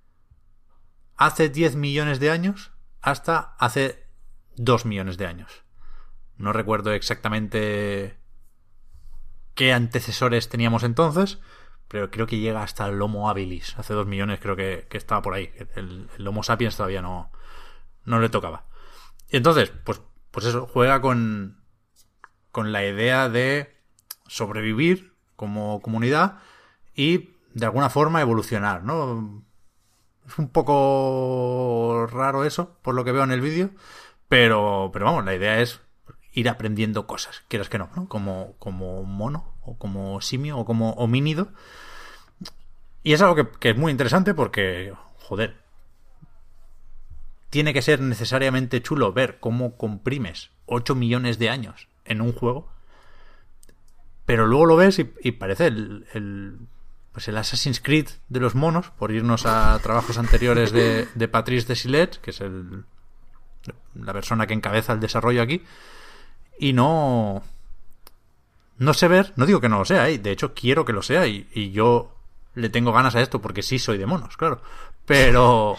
hace diez millones de años hasta hace dos millones de años. No recuerdo exactamente qué antecesores teníamos entonces, pero creo que llega hasta el Homo habilis. Hace dos millones creo que, que estaba por ahí. El, el Homo sapiens todavía no, no le tocaba. Y entonces, pues, pues eso, juega con, con la idea de sobrevivir como comunidad y de alguna forma evolucionar, ¿no? Es un poco raro eso, por lo que veo en el vídeo, pero, pero vamos, la idea es ir aprendiendo cosas, quieras que no, ¿no? Como, como mono, o como simio, o como homínido. Y es algo que, que es muy interesante porque, joder, tiene que ser necesariamente chulo ver cómo comprimes ocho millones de años en un juego, pero luego lo ves y, y parece el, el, pues el Assassin's Creed de los monos, por irnos a trabajos anteriores de, de Patrice Desilets, que es el, la persona que encabeza el desarrollo aquí, y no no sé ver, no digo que no lo sea, ¿eh? De hecho quiero que lo sea y, y yo le tengo ganas a esto porque sí soy de monos, claro, pero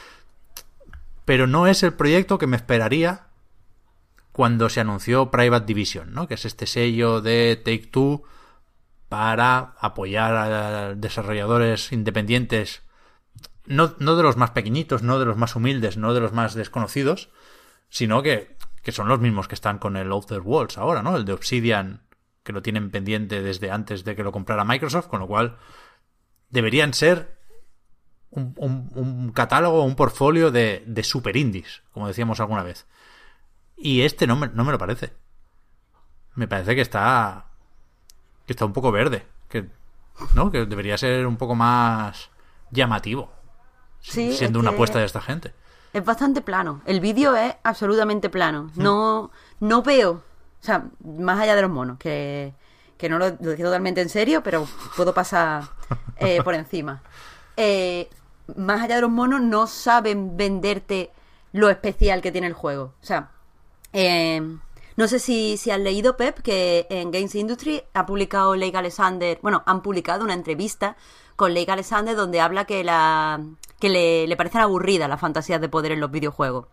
pero no es el proyecto que me esperaría cuando se anunció Private Division, ¿no? Que es este sello de Take-Two para apoyar a desarrolladores independientes, no, no de los más pequeñitos, no de los más humildes, no de los más desconocidos, sino que, que son los mismos que están con el Outer Worlds ahora, ¿no? El de Obsidian, que lo tienen pendiente desde antes de que lo comprara Microsoft, con lo cual deberían ser un, un, un catálogo, un portfolio de, de super indies, como decíamos alguna vez. Y este no me, no me lo parece. Me parece que está que está un poco verde, que no, que debería ser un poco más llamativo, Sí, siendo es una que apuesta de esta gente. Es bastante plano. El vídeo es absolutamente plano. No, no veo, o sea, más allá de los monos, que, que no lo, lo decía totalmente en serio, pero puedo pasar eh, por encima. Eh, más allá de los monos, no saben venderte lo especial que tiene el juego. O sea, eh, no sé si, si has leído, Pep, que en Games Industry ha publicado Leigh Alexander, bueno, han publicado una entrevista con Leigh Alexander donde habla que la que le, le parecen aburridas las fantasías de poder en los videojuegos.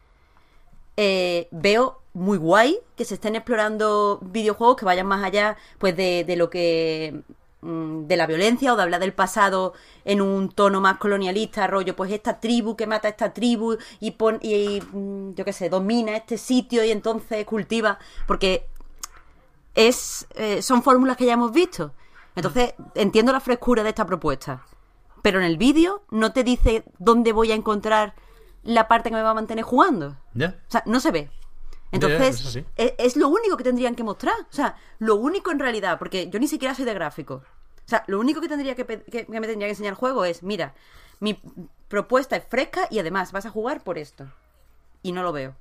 Eh, veo muy guay que se estén explorando videojuegos que vayan más allá pues de, de lo que de la violencia o de hablar del pasado en un tono más colonialista, rollo, pues esta tribu que mata a esta tribu y, pon, y yo qué sé, domina este sitio y entonces cultiva, porque es eh, son fórmulas que ya hemos visto. Entonces entiendo la frescura de esta propuesta, pero en el vídeo no te dice dónde voy a encontrar la parte que me va a mantener jugando. ¿Ya? O sea, no se ve. Entonces, yeah, yeah, es, es lo único que tendrían que mostrar. O sea, lo único en realidad, porque yo ni siquiera soy de gráfico. O sea, lo único que tendría que, que, que me tendría que enseñar el juego es, mira, mi propuesta es fresca y además vas a jugar por esto. Y no lo veo.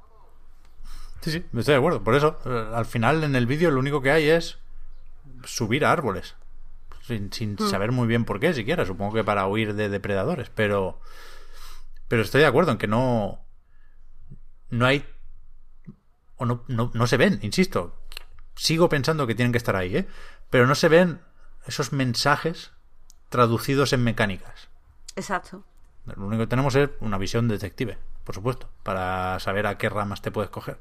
Sí, sí, estoy de acuerdo. Por eso, al final en el vídeo lo único que hay es subir a árboles. Sin, sin mm. saber muy bien por qué siquiera. Supongo que para huir de depredadores. Pero, pero estoy de acuerdo en que no, no hay... o no, no, no se ven, insisto. Sigo pensando que tienen que estar ahí, ¿eh? Pero no se ven esos mensajes traducidos en mecánicas. Exacto. Lo único que tenemos es una visión detective, por supuesto, para saber a qué ramas te puedes coger.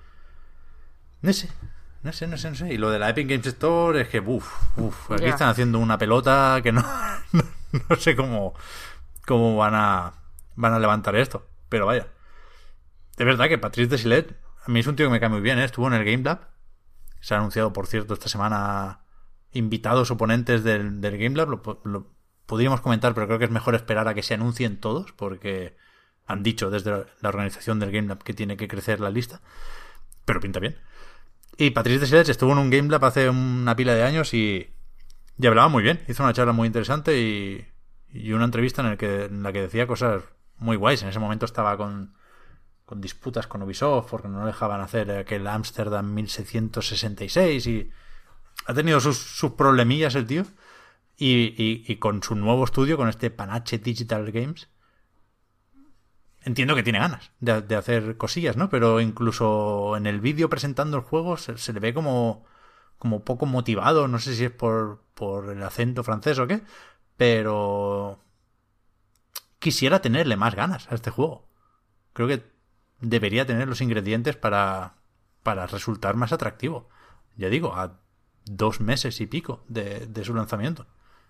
No sé, no sé, no sé, no sé. Y lo de la Epic Games Store es que, uff, uff, aquí yeah. están haciendo una pelota que no, no, no sé cómo, cómo van a, van a levantar esto. Pero vaya. De verdad que Patrice Desilets, a mí es un tío que me cae muy bien, ¿eh? Estuvo en el Game Lab. Se ha anunciado, por cierto, esta semana invitados oponentes del, del Game Lab. Lo, lo podríamos comentar, pero creo que es mejor esperar a que se anuncien todos, porque han dicho desde la organización del Game Lab que tiene que crecer la lista. Pero pinta bien. Y Patrice Desilets estuvo en un Game Lab hace una pila de años y, y hablaba muy bien. Hizo una charla muy interesante y, y una entrevista en, el que, en la que decía cosas muy guays. En ese momento estaba con... con disputas con Ubisoft porque no dejaban hacer aquel Amsterdam mil seiscientos sesenta y seis y ha tenido sus, sus problemillas el tío y, y, y con su nuevo estudio, con este Panache Digital Games, entiendo que tiene ganas de, de hacer cosillas, ¿no? Pero incluso en el vídeo presentando el juego se, se le ve como, como poco motivado, no sé si es por, por el acento francés o qué, pero quisiera tenerle más ganas a este juego. Creo que debería tener los ingredientes para, para resultar más atractivo. Ya digo, a dos meses y pico de, de su lanzamiento.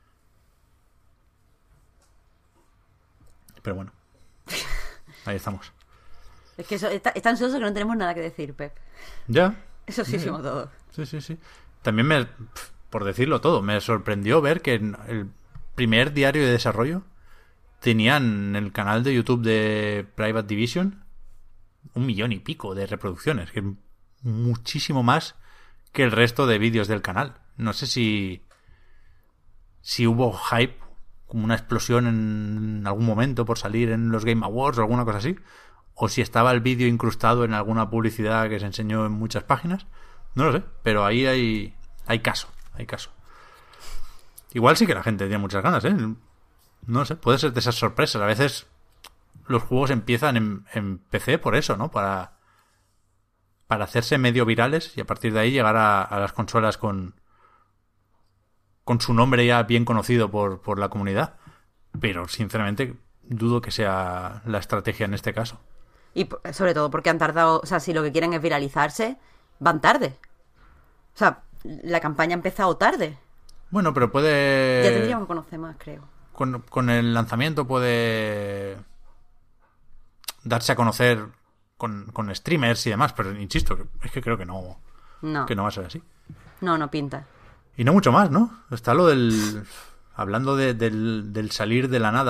Pero bueno, ahí estamos. Es que eso, está, es tan ansioso que no tenemos nada que decir, Pep. Ya. Eso sí, hicimos todo. Sí, sí, sí. También me, por decirlo todo, me sorprendió ver que en el primer diario de desarrollo tenían en el canal de YouTube de Private Division un millón y pico de reproducciones, que es muchísimo más que el resto de vídeos del canal. No sé si si hubo hype, como una explosión en algún momento por salir en los Game Awards o alguna cosa así, o si estaba el vídeo incrustado en alguna publicidad que se enseñó en muchas páginas. No lo sé, pero ahí hay hay caso, hay caso. Igual sí que la gente tiene muchas ganas, ¿eh? No sé, puede ser de esas sorpresas. A veces los juegos empiezan en, en P C por eso, ¿no? Para, para hacerse medio virales y a partir de ahí llegar a, a las consolas con, con su nombre ya bien conocido por, por la comunidad. Pero, sinceramente, dudo que sea la estrategia en este caso. Y sobre todo porque han tardado... O sea, si lo que quieren es viralizarse, van tarde. O sea, la campaña ha empezado tarde. Bueno, pero puede... Ya tendríamos que conocer más, creo. Con, con el lanzamiento puede... darse a conocer con, con streamers y demás, pero insisto, es que creo que no, no que no va a ser así. No, no pinta. Y no mucho más, ¿no? Está lo del... hablando de, del, del salir de la nada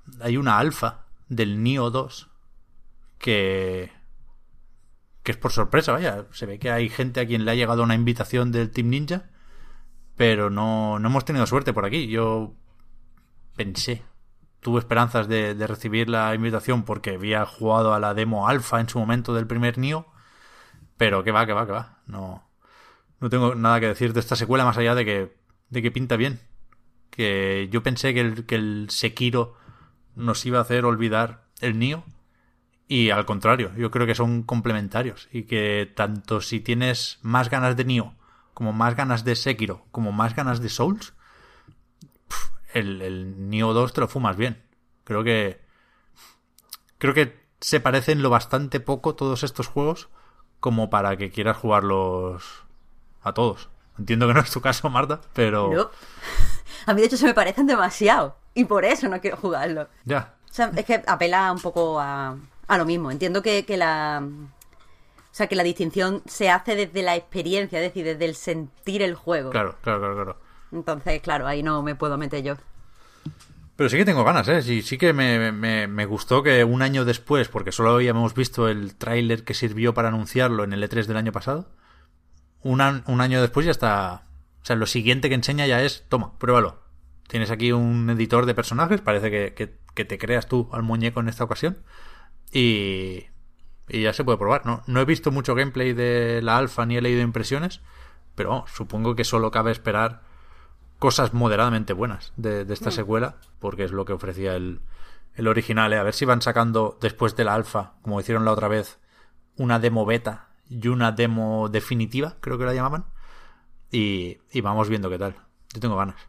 hay una alfa del Nioh dos que que es por sorpresa, vaya. Se ve que hay gente a quien le ha llegado una invitación del Team Ninja, pero no, no hemos tenido suerte por aquí. Yo pensé, tuve esperanzas de, de recibir la invitación porque había jugado a la demo alfa en su momento del primer Nioh, pero que va, que va, que va. No, no tengo nada que decir de esta secuela más allá de que, de que pinta bien. Que yo pensé que el, que el Sekiro nos iba a hacer olvidar el Nioh, y al contrario, yo creo que son complementarios y que tanto si tienes más ganas de Nioh, como más ganas de Sekiro, como más ganas de Souls, pff, el, el Nioh dos te lo fumas bien. Creo que creo que se parecen lo bastante poco todos estos juegos como para que quieras jugarlos a todos. Entiendo que no es tu caso, Marta, pero... No. A mí de hecho se me parecen demasiado y por eso no quiero jugarlo. Ya. O sea, es que apela un poco a, a lo mismo. Entiendo que, que la... O sea, que la distinción se hace desde la experiencia, es decir, desde el sentir el juego. Claro, claro, claro, claro. Entonces, claro, ahí no me puedo meter yo. Pero sí que tengo ganas, ¿eh? Sí, sí que me, me, me gustó que un año después, porque solo habíamos visto el tráiler que sirvió para anunciarlo en el E tres del año pasado, un, an, un año después ya está... O sea, lo siguiente que enseña ya es, toma, pruébalo. Tienes aquí un editor de personajes, parece que, que, que te creas tú al muñeco en esta ocasión, y... y ya se puede probar. No, no he visto mucho gameplay de la alfa ni he leído impresiones, pero oh, supongo que solo cabe esperar cosas moderadamente buenas de, de esta mm. secuela, porque es lo que ofrecía el, el original. ¿eh? A ver si van sacando después de la alfa, como hicieron la otra vez, una demo beta y una demo definitiva, creo que la llamaban, y, y vamos viendo qué tal. Yo tengo ganas.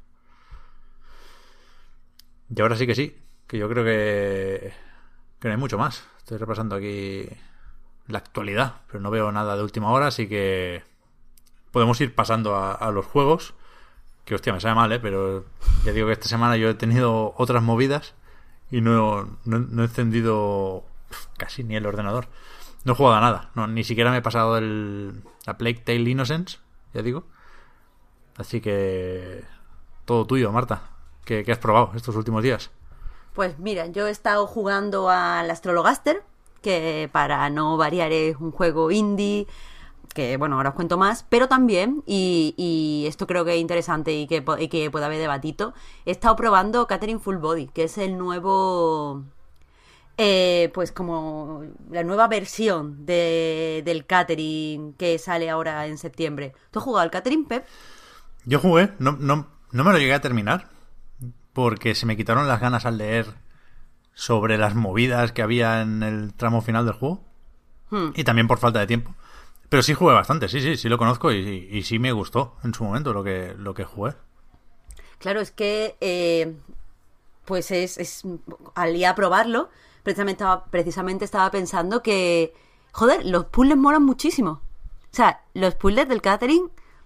Y ahora sí que sí, que yo creo que, que no hay mucho más. Estoy repasando aquí la actualidad, pero no veo nada de última hora, así que podemos ir pasando a, a los juegos. Que hostia, me sabe mal, ¿eh? Pero ya digo que esta semana yo he tenido otras movidas y no, no, no he encendido casi ni el ordenador. No he jugado a nada, no, ni siquiera me he pasado el, la Plague Tale Innocence, ya digo. Así que todo tuyo, Marta. ¿Qué, qué has probado estos últimos días? Pues mira, yo he estado jugando al Astrologaster, que para no variar es un juego indie, que bueno, ahora os cuento más, pero también, y, y esto creo que es interesante y que, y que puede haber debatito, he estado probando Catherine Full Body, que es el nuevo, eh, pues como la nueva versión de, del Catherine que sale ahora en septiembre. ¿Tú has jugado al Catherine, Pep? Yo jugué, no, no, no me lo llegué a terminar, porque se me quitaron las ganas al leer sobre las movidas que había en el tramo final del juego, hmm. y también por falta de tiempo. Pero sí jugué bastante, sí, sí, sí lo conozco y, y, y sí me gustó en su momento lo que, lo que jugué. Claro, es que eh, pues es, es al ir a probarlo, precisamente estaba, precisamente estaba pensando que, joder, los puzzles molan muchísimo. O sea, los puzzles del Catherine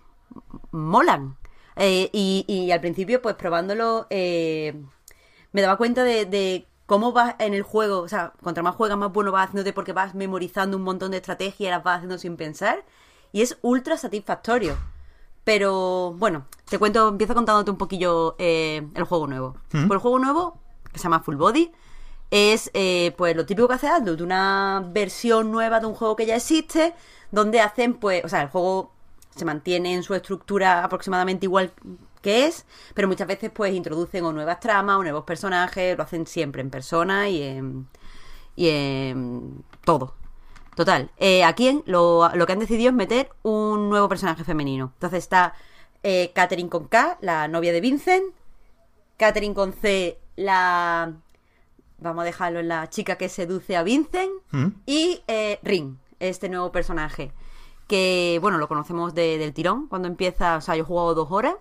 molan. Eh, y, y al principio, pues probándolo, eh, me daba cuenta de... de cómo vas en el juego, o sea, contra más juegas más bueno vas haciéndote porque vas memorizando un montón de estrategias y las vas haciendo sin pensar y es ultra satisfactorio. Pero bueno, te cuento, empiezo contándote un poquillo eh, el juego nuevo. ¿Mm? Pues el juego nuevo, que se llama Full Body, es eh, pues lo típico que hace Atlus, de una versión nueva de un juego que ya existe, donde hacen pues, o sea, el juego se mantiene en su estructura aproximadamente igual que es, pero muchas veces pues introducen o nuevas tramas o nuevos personajes, lo hacen siempre en persona y en, y en todo. Total, eh, aquí lo, lo que han decidido es meter un nuevo personaje femenino. Entonces está eh, Catherine con K, la novia de Vincent, Catherine con C, la... vamos a dejarlo en la chica que seduce a Vincent, ¿Mm? y eh, Ring, este nuevo personaje, que bueno, lo conocemos de, del tirón cuando empieza, o sea, yo he jugado dos horas.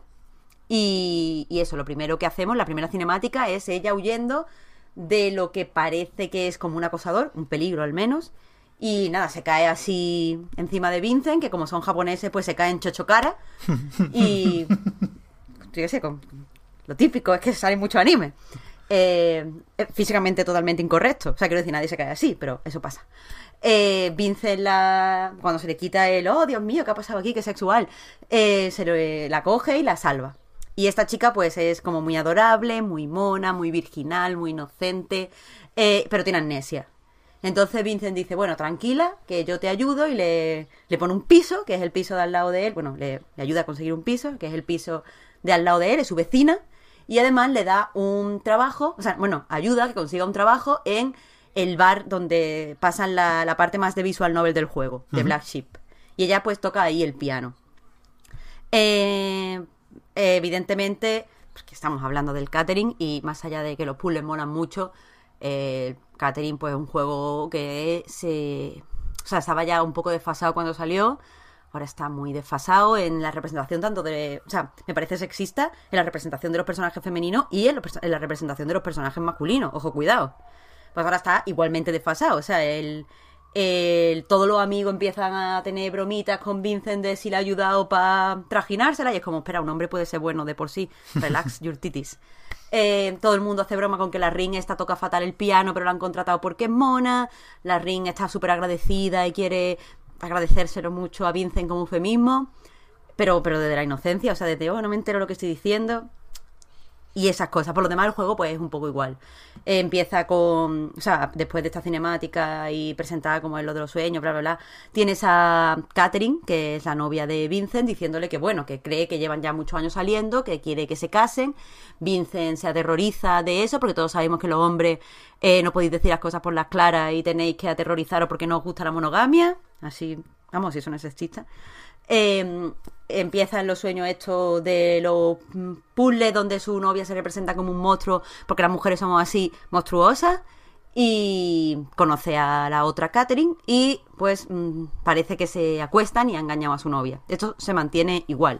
Y, y eso, lo primero que hacemos, la primera cinemática, es ella huyendo de lo que parece que es como un acosador, un peligro al menos. Y nada, se cae así encima de Vincent, que como son japoneses, pues se caen chocho cara. Y... yo qué sé, con, lo típico es que sale mucho anime. Eh, físicamente totalmente incorrecto. O sea, quiero decir, nadie se cae así, pero eso pasa. Eh, Vincent, la, cuando se le quita el, oh, Dios mío, ¿qué ha pasado aquí? Qué sexual. Eh, se lo, eh, la coge y la salva. Y esta chica pues es como muy adorable, muy mona, muy virginal, muy inocente, eh, pero tiene amnesia. Entonces Vincent dice, bueno, tranquila, que yo te ayudo, y le, le pone un piso, que es el piso de al lado de él, bueno, le, le ayuda a conseguir un piso, que es el piso de al lado de él, es su vecina, y además le da un trabajo, o sea, bueno, ayuda a que consiga un trabajo en el bar donde pasan la, la parte más de visual novel del juego, de uh-huh. Black Sheep. Y ella pues toca ahí el piano. Eh, evidentemente, porque estamos hablando del catering, y más allá de que los puzzles molan mucho, eh, el catering pues es un juego que se... O sea, estaba ya un poco desfasado cuando salió, ahora está muy desfasado en la representación tanto de... O sea, me parece sexista en la representación de los personajes femeninos y en, lo, en la representación de los personajes masculinos. Ojo, cuidado. Pues ahora está igualmente desfasado. O sea, el, el, todos los amigos empiezan a tener bromitas con Vincent de si le ha ayudado para trajinársela, y es como, espera, un hombre puede ser bueno de por sí. Relax your titties. Eh, todo el mundo hace broma con que la Ring esta toca fatal el piano, pero la han contratado porque es mona. La Ring está súper agradecida y quiere agradecérselo mucho a Vincent como eufemismo. Pero, pero desde la inocencia, o sea, desde, oh, no me entero lo que estoy diciendo. Y esas cosas. Por lo demás, el juego pues es un poco igual. Eh, empieza con... O sea, después de esta cinemática y presentada como es lo de los sueños, bla, bla, bla, tienes a Catherine, que es la novia de Vincent, diciéndole que, bueno, que cree que llevan ya muchos años saliendo, que quiere que se casen. Vincent se aterroriza de eso, porque todos sabemos que los hombres eh, no podéis decir las cosas por las claras y tenéis que aterrorizaros porque no os gusta la monogamia. Así, vamos, si eso no es sexista. Eh, empiezan los sueños estos de los puzzles donde su novia se representa como un monstruo, porque las mujeres somos así monstruosas, y conoce a la otra Catherine y pues mmm, parece que se acuestan y ha engañado a su novia. Esto se mantiene igual.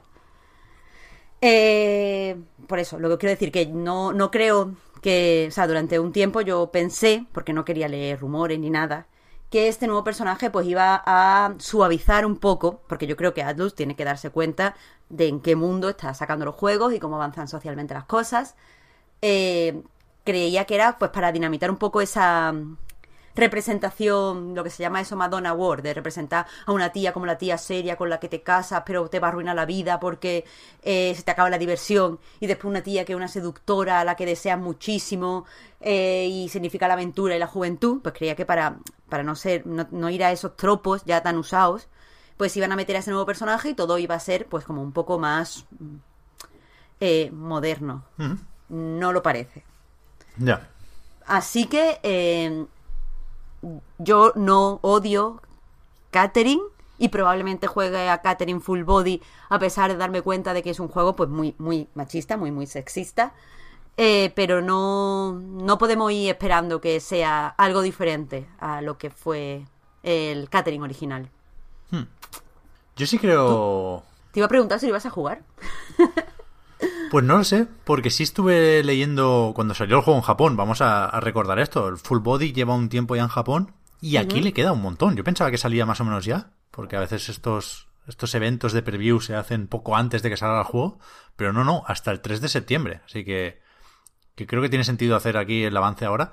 Eh, por eso, lo que quiero decir que no, no creo que, o sea, durante un tiempo yo pensé, porque no quería leer rumores ni nada, que este nuevo personaje pues iba a suavizar un poco, porque yo creo que Atlus tiene que darse cuenta de en qué mundo está sacando los juegos y cómo avanzan socialmente las cosas. Eh, creía que era pues para dinamitar un poco esa representación, lo que se llama eso Madonna War, de representar a una tía como la tía seria con la que te casas pero te va a arruinar la vida porque eh, se te acaba la diversión, y después una tía que es una seductora a la que deseas muchísimo eh, y significa la aventura y la juventud. Pues creía que para, para no ser no, no ir a esos tropos ya tan usados, pues iban a meter a ese nuevo personaje y todo iba a ser pues como un poco más eh, moderno. Uh-huh. No lo parece. Ya. Yeah. Así que eh, yo no odio Catherine y probablemente juegue a Catherine Full Body, a pesar de darme cuenta de que es un juego pues muy, muy machista, muy, muy sexista. Eh, pero no, no podemos ir esperando que sea algo diferente a lo que fue el Catherine original. Hmm. Yo sí creo... Te iba a preguntar si lo ibas a jugar. Pues no lo sé, porque sí estuve leyendo cuando salió el juego en Japón. Vamos a, a recordar esto. El Full Body lleva un tiempo ya en Japón y aquí uh-huh. le queda un montón. Yo pensaba que salía más o menos ya, porque a veces estos, estos eventos de preview se hacen poco antes de que salga el juego, pero no, no, hasta el tres de septiembre. Así que, que creo que tiene sentido hacer aquí el avance ahora.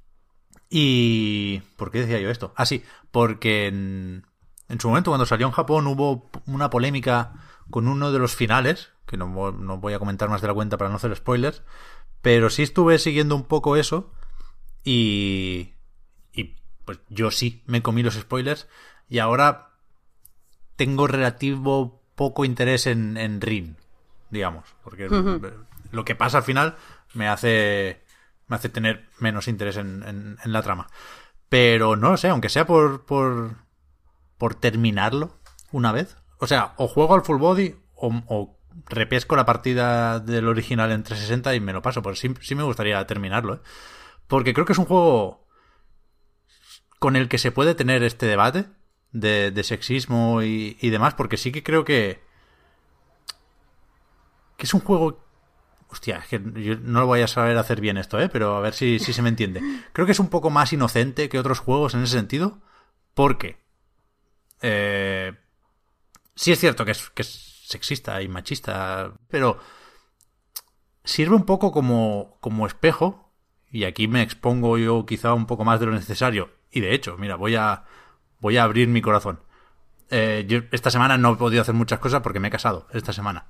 Y... ¿por qué decía yo esto? Ah, sí, porque en, en su momento cuando salió en Japón hubo una polémica con uno de los finales, que no, no voy a comentar más de la cuenta para no hacer spoilers, pero sí estuve siguiendo un poco eso y, y pues yo sí me comí los spoilers y ahora tengo relativo poco interés en, en Rin, digamos, porque uh-huh. lo que pasa al final me hace me hace tener menos interés en, en, en la trama. Pero no lo sé, aunque sea por, por, por terminarlo una vez. O sea, o juego al Full Body o, o repesco la partida del original en trescientos sesenta y me lo paso. Pues sí, sí me gustaría terminarlo, ¿eh? Porque creo que es un juego con el que se puede tener este debate de, de sexismo y, y demás, porque sí que creo que que es un juego... Hostia, es que yo no lo voy a saber hacer bien esto, ¿eh? Pero a ver si, si se me entiende. Creo que es un poco más inocente que otros juegos en ese sentido, porque eh, sí es cierto que es, que es sexista y machista, pero sirve un poco como, como espejo, y aquí me expongo yo quizá un poco más de lo necesario, y de hecho, mira, voy a, voy a abrir mi corazón. Eh, yo esta semana no he podido hacer muchas cosas porque me he casado esta semana.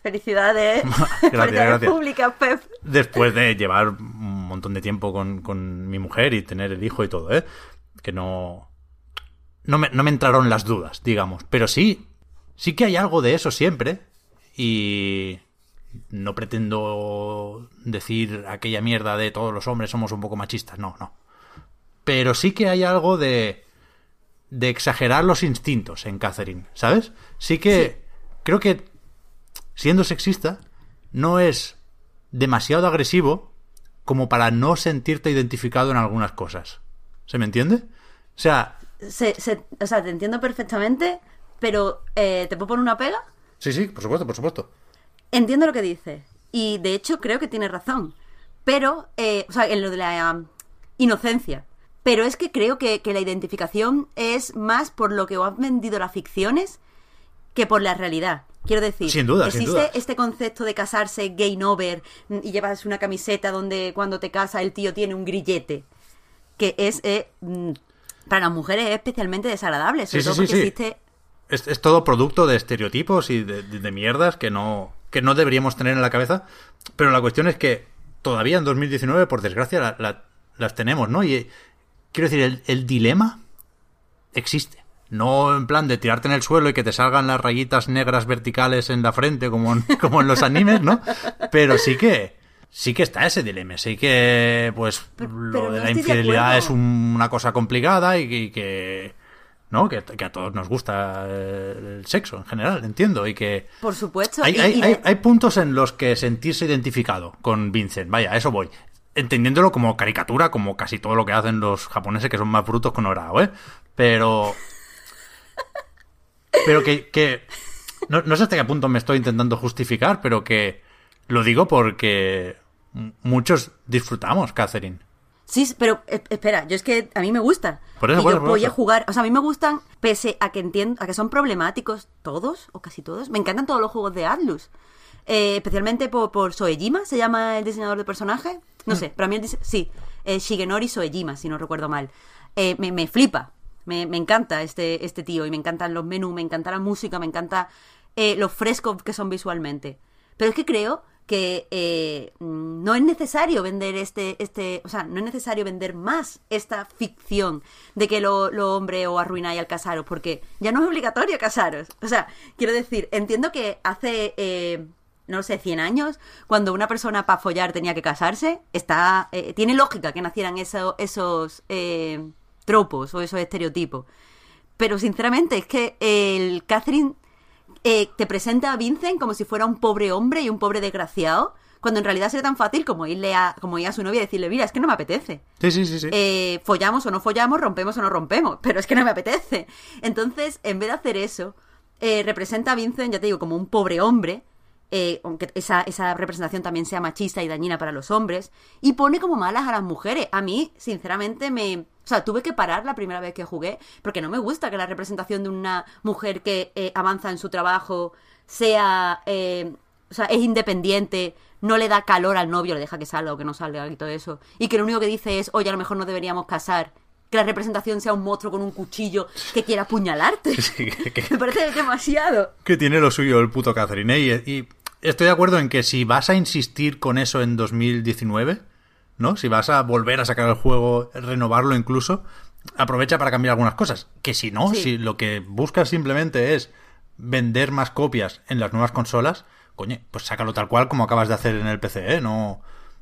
Felicidades. Gracias, Felicidades gracias. públicas, Pep. Después de llevar un montón de tiempo con, con mi mujer y tener el hijo y todo, ¿eh? Que no... No me, no me entraron las dudas, digamos. Pero sí, sí que hay algo de eso siempre. Y no pretendo decir aquella mierda de todos los hombres somos un poco machistas. No, no. Pero sí que hay algo de... de exagerar los instintos en Catherine, ¿sabes? Sí que... Sí. Creo que, siendo sexista, no es demasiado agresivo como para no sentirte identificado en algunas cosas. ¿Se me entiende? O sea... Se, se, o sea, te entiendo perfectamente, pero eh, ¿te puedo poner una pega? Sí, sí, por supuesto, por supuesto. Entiendo lo que dices. Y, de hecho, creo que tienes razón. Pero, eh, o sea, en lo de la um, inocencia. Pero es que creo que, que la identificación es más por lo que os han vendido las ficciones que por la realidad. Quiero decir, sin duda, existe sin duda. Este concepto de casarse game over y llevas una camiseta donde cuando te casas el tío tiene un grillete, que es eh, para las mujeres es especialmente desagradable, sobre sí, todo sí, porque sí, sí. existe... Es, es todo producto de estereotipos y de, de, de mierdas que no, que no deberíamos tener en la cabeza, pero la cuestión es que todavía en dos mil diecinueve, por desgracia, la, la, las tenemos, ¿no? Y quiero decir, el, el dilema existe. No en plan de tirarte en el suelo y que te salgan las rayitas negras verticales en la frente como en, como en los animes, ¿no? Pero sí que sí que está ese dilema. Sí que, pues, pero, lo pero de no la estoy infidelidad de es un, una cosa complicada y que, y que ¿no? Que, que a todos nos gusta el sexo en general, entiendo. Y que por supuesto. Hay, y, hay, y de... hay, hay puntos en los que sentirse identificado con Vincent. Vaya, a eso voy. Entendiéndolo como caricatura, como casi todo lo que hacen los japoneses, que son más brutos que un orao, ¿eh? Pero... Pero que... que no, no sé hasta qué punto me estoy intentando justificar, pero que lo digo porque muchos disfrutamos, Catherine. Sí, pero eh, espera, yo es que a mí me gusta. Por eso, y por yo eso, por voy eso. a jugar. O sea, a mí me gustan, pese a que entiendo, a que son problemáticos todos, o casi todos. Me encantan todos los juegos de Atlus. Eh, especialmente por, por Soejima, se llama el diseñador de personaje. No sé, pero a mí el dise- sí, eh, Shigenori Soejima, si no recuerdo mal. Eh, me, me flipa, me, me encanta este, este tío, y me encantan los menús, me encanta la música, me encanta eh, los frescos que son visualmente. Pero es que creo que eh, no es necesario vender este, este, o sea, no es necesario vender más esta ficción de que los lo hombres os arruináis al casaros, porque ya no es obligatorio casaros. O sea, quiero decir, entiendo que hace... Eh, no sé, cien años, cuando una persona para follar tenía que casarse, está eh, tiene lógica que nacieran eso, esos eh, tropos o esos estereotipos. Pero sinceramente es que el Catherine eh, te presenta a Vincent como si fuera un pobre hombre y un pobre desgraciado, cuando en realidad sería tan fácil como irle a, como ir a su novia y decirle, mira, es que no me apetece. Sí, sí, sí, sí. Eh, follamos o no follamos, rompemos o no rompemos, pero es que no me apetece. Entonces, en vez de hacer eso, eh, representa a Vincent, ya te digo, como un pobre hombre. Eh, aunque esa, esa representación también sea machista y dañina para los hombres, y pone como malas a las mujeres. A mí, sinceramente, me... O sea, tuve que parar la primera vez que jugué, porque no me gusta que la representación de una mujer que eh, avanza en su trabajo sea... Eh, o sea, es independiente, no le da calor al novio, le deja que salga o que no salga y todo eso, y que lo único que dice es, oye, a lo mejor no deberíamos casar, que la representación sea un monstruo con un cuchillo que quiera apuñalarte. Sí, que, que, me parece demasiado. Que tiene lo suyo el puto Catherine, ¿eh? Y, y estoy de acuerdo en que si vas a insistir con eso en dos mil diecinueve, ¿no? Si vas a volver a sacar el juego, renovarlo incluso, aprovecha para cambiar algunas cosas. Que si no, sí. Si lo que buscas simplemente es vender más copias en las nuevas consolas, coño, pues sácalo tal cual como acabas de hacer en el P C, ¿eh? No,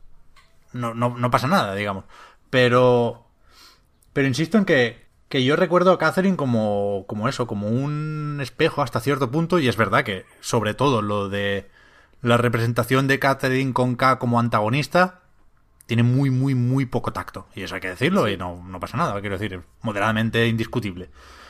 no, no, no pasa nada, digamos. Pero... Pero insisto en que, que yo recuerdo a Catherine como, como eso, como un espejo hasta cierto punto, y es verdad que, sobre todo, lo de la representación de Catherine con K como antagonista tiene muy, muy, muy poco tacto. Y eso hay que decirlo, sí. Y no, no pasa nada, quiero decir, moderadamente indiscutible.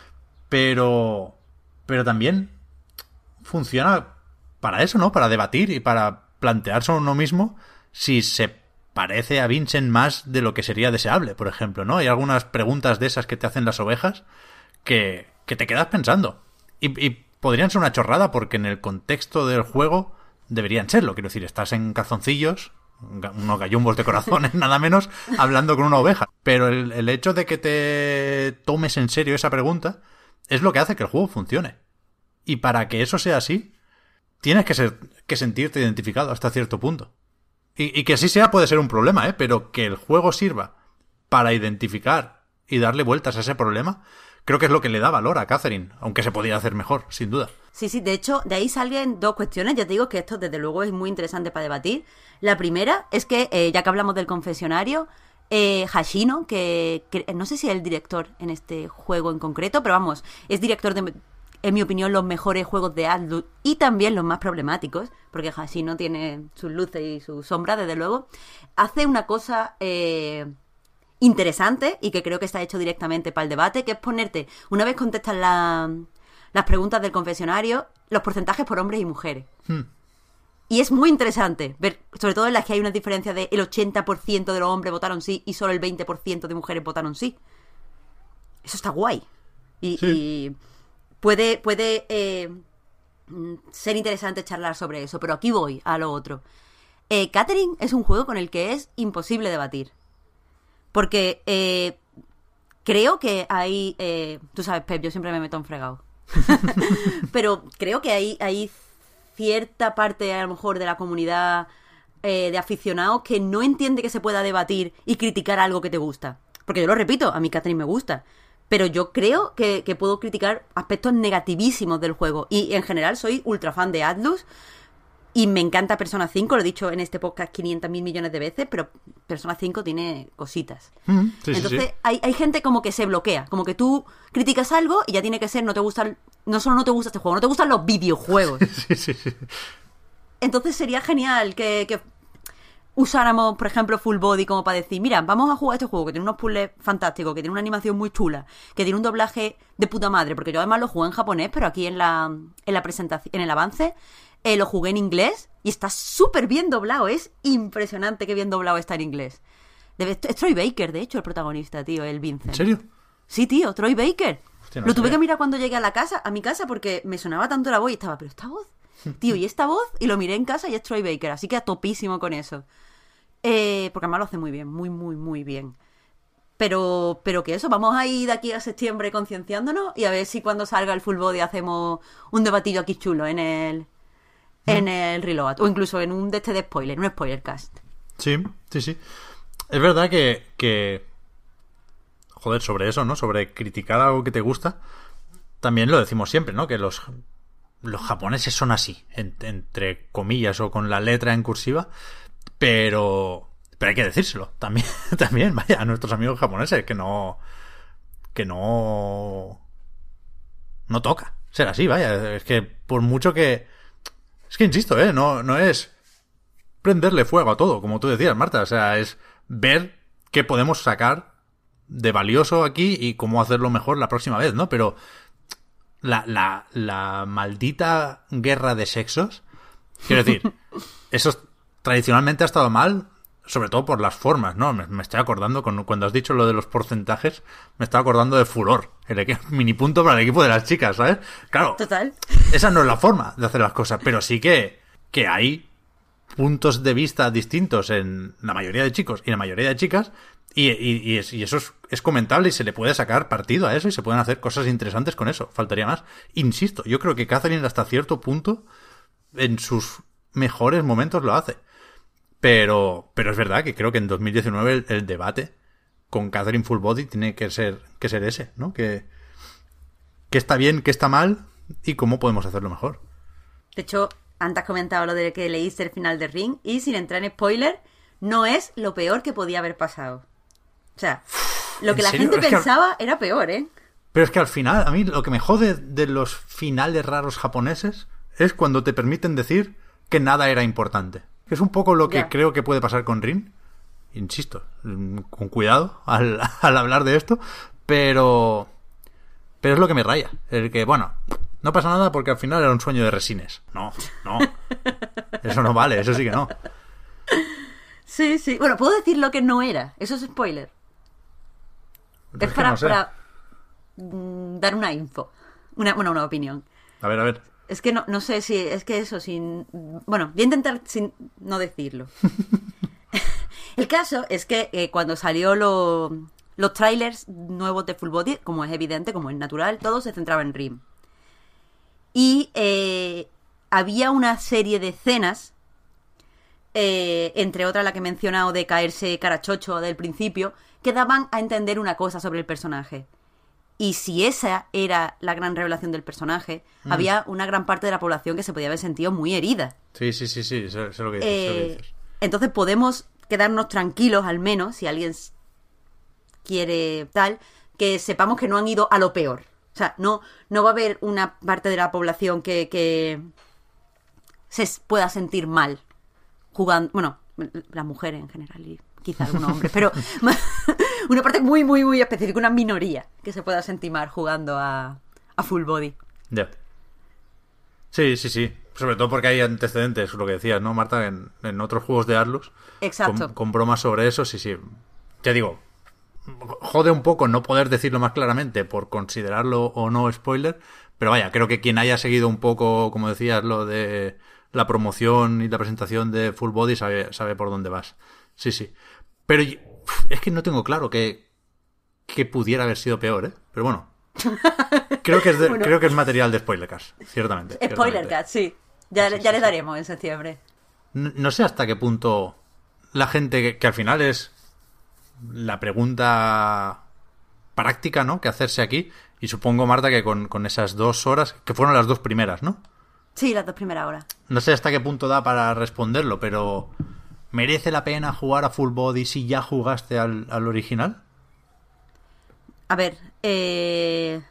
Pero, pero también funciona para eso, ¿no? Para debatir y para plantearse a uno mismo si se parece a Vincent más de lo que sería deseable, por ejemplo, ¿no? Hay algunas preguntas de esas que te hacen las ovejas que, que te quedas pensando. Y, y podrían ser una chorrada porque en el contexto del juego deberían serlo. Quiero decir, estás en calzoncillos, unos gallumbos de corazones, nada menos, hablando con una oveja. Pero el, el hecho de que te tomes en serio esa pregunta es lo que hace que el juego funcione. Y para que eso sea así, tienes que, ser, que sentirte identificado hasta cierto punto. Y, y que así sea puede ser un problema, ¿eh? Pero que el juego sirva para identificar y darle vueltas a ese problema, creo que es lo que le da valor a Catherine, aunque se podía hacer mejor, sin duda. Sí, sí, de hecho, de ahí salen dos cuestiones. Ya te digo que esto, desde luego, es muy interesante para debatir. La primera es que, eh, ya que hablamos del confesionario, eh, Hashino, que, que no sé si es el director en este juego en concreto, pero vamos, es director de, en mi opinión, los mejores juegos de Atlus y también los más problemáticos, porque Hashino tiene sus luces y sus sombras, desde luego. Hace una cosa eh, interesante y que creo que está hecho directamente para el debate, que es ponerte, una vez contestas la... las preguntas del confesionario, los porcentajes por hombres y mujeres. Hmm. Y es muy interesante ver, sobre todo en las que hay una diferencia de el ochenta por ciento de los hombres votaron sí y solo el veinte por ciento de mujeres votaron sí. Eso está guay. Y, sí. y puede, puede eh, ser interesante charlar sobre eso, pero aquí voy a lo otro. Eh, Catherine es un juego con el que es imposible debatir. Porque eh, creo que hay... Eh, tú sabes, Pep, yo siempre me meto en fregado. Pero creo que hay, hay cierta parte a lo mejor de la comunidad eh, de aficionados que no entiende que se pueda debatir y criticar algo que te gusta. Porque yo lo repito, a mí Catherine me gusta, pero yo creo que, que puedo criticar aspectos negativísimos del juego. Y en general soy ultra fan de Atlus y me encanta Persona cinco, lo he dicho en este podcast quinientos mil millones de veces, pero Persona cinco tiene cositas. Mm, sí, Entonces sí, sí. Hay, hay gente como que se bloquea, como que tú criticas algo y ya tiene que ser, no te gustan, no solo no te gusta este juego, no te gustan los videojuegos. Sí, sí, sí. Entonces sería genial que, que usáramos, por ejemplo, Full Body como para decir, mira, vamos a jugar este juego que tiene unos puzzles fantásticos, que tiene una animación muy chula, que tiene un doblaje de puta madre, porque yo además lo jugué en japonés, pero aquí en la, en la presentación, en el avance... Eh, lo jugué en inglés y está súper bien doblado. Es impresionante qué bien doblado está en inglés. Debe, es Troy Baker, de hecho, el protagonista, tío, el Vincent. ¿En serio? Sí, tío, Troy Baker. Hostia, no lo tuve sabía. que mirar cuando llegué a la casa, a mi casa, porque me sonaba tanto la voz y estaba, pero esta voz, tío, y esta voz, y lo miré en casa y es Troy Baker, así que a topísimo con eso. Eh, porque además lo hace muy bien, muy, muy, muy bien. Pero, pero que eso, vamos a ir de aquí a septiembre concienciándonos y a ver si cuando salga el Full Body hacemos un debatillo aquí chulo en el... en el Reload, o incluso en un de este de spoiler, un spoiler cast. Sí, sí, sí. Es verdad que, que joder, sobre eso, ¿no? Sobre criticar algo que te gusta, también lo decimos siempre, ¿no? Que los, los japoneses son así, en, entre comillas o con la letra en cursiva, pero pero hay que decírselo, también, también, vaya, a nuestros amigos japoneses, que no que no no toca ser así, vaya, es que por mucho que Es que insisto, ¿eh? No, no es prenderle fuego a todo, como tú decías, Marta. O sea, es ver qué podemos sacar de valioso aquí y cómo hacerlo mejor la próxima vez, ¿no? Pero la, la, la maldita guerra de sexos, quiero decir, eso tradicionalmente ha estado mal, sobre todo por las formas, ¿no? Me, me estoy acordando, con, cuando has dicho lo de los porcentajes, me estaba acordando de Furor, el equipo, mini punto para el equipo de las chicas, ¿sabes? Claro. Total. Esa no es la forma de hacer las cosas, pero sí que, que hay puntos de vista distintos en la mayoría de chicos y la mayoría de chicas, y, y, y, es, y eso es, es comentable y se le puede sacar partido a eso y se pueden hacer cosas interesantes con eso, faltaría más. Insisto, yo creo que Catherine hasta cierto punto, en sus mejores momentos lo hace. Pero, pero es verdad que creo que en dos mil diecinueve el, el debate con Catherine Full Body tiene que ser, que ser ese, ¿no? Que, que está bien, que está mal y cómo podemos hacerlo mejor. De hecho, antes has comentado lo de que leíste el final de Ring y sin entrar en spoiler, no es lo peor que podía haber pasado. O sea, lo que la serio? gente Es que pensaba al... era peor, ¿eh? Pero es que al final, a mí lo que me jode de los finales raros japoneses es cuando te permiten decir que nada era importante. Es un poco lo que yeah. creo que puede pasar con Rin. Insisto, con cuidado al, al hablar de esto, pero pero es lo que me raya. El que, bueno, no pasa nada porque al final era un sueño de Resines. No, no. Eso no vale, eso sí que no. Sí, sí. Bueno, puedo decir lo que no era. Eso es spoiler. Es, es para, no sé. para mm, dar una info. Una, bueno, una opinión. A ver, a ver. Es que no, no sé si... Es que eso, sin... Bueno, voy a intentar sin no decirlo. El caso es que eh, cuando salió lo, los trailers nuevos de Full Body, como es evidente, como es natural, todo se centraba en Rim. Y eh, había una serie de escenas, eh, entre otras la que he mencionado de caerse carachocho del principio, que daban a entender una cosa sobre el personaje. Y si esa era la gran revelación del personaje, mm. había una gran parte de la población que se podía haber sentido muy herida. Sí, sí, sí, sí, sé, sé lo que dices, eh, sé lo que dices. Entonces podemos quedarnos tranquilos, al menos, si alguien quiere tal, que sepamos que no han ido a lo peor. O sea, no, no va a haber una parte de la población que, que se pueda sentir mal jugando. Bueno, las mujeres en general y quizá algunos hombres, pero una parte muy, muy, muy específica, una minoría que se pueda sentir mal jugando a, a full body. Ya. Yeah. Sí, sí, sí. Sobre todo porque hay antecedentes, lo que decías, ¿no, Marta? En, en otros juegos de Atlus. Exacto. Con, con bromas sobre eso, sí, sí. Ya digo, jode un poco no poder decirlo más claramente por considerarlo o no spoiler, pero vaya, creo que quien haya seguido un poco, como decías, lo de la promoción y la presentación de Full Body sabe, sabe por dónde vas. Sí, sí. Pero es que no tengo claro que, que pudiera haber sido peor, ¿eh? Pero bueno. Creo que es, de, bueno. creo que es material de Spoilercast, ciertamente. Spoilercast, sí. Ya, sí, ya sí, le daremos en septiembre. No, no sé hasta qué punto la gente, que, que al final es la pregunta práctica, ¿no?, que hacerse aquí. Y supongo, Marta, que con, con esas dos horas, que fueron las dos primeras, ¿no? Sí, las dos primeras horas. No sé hasta qué punto da para responderlo, pero ¿merece la pena jugar a Full Body si ya jugaste al, al original? A ver, eh...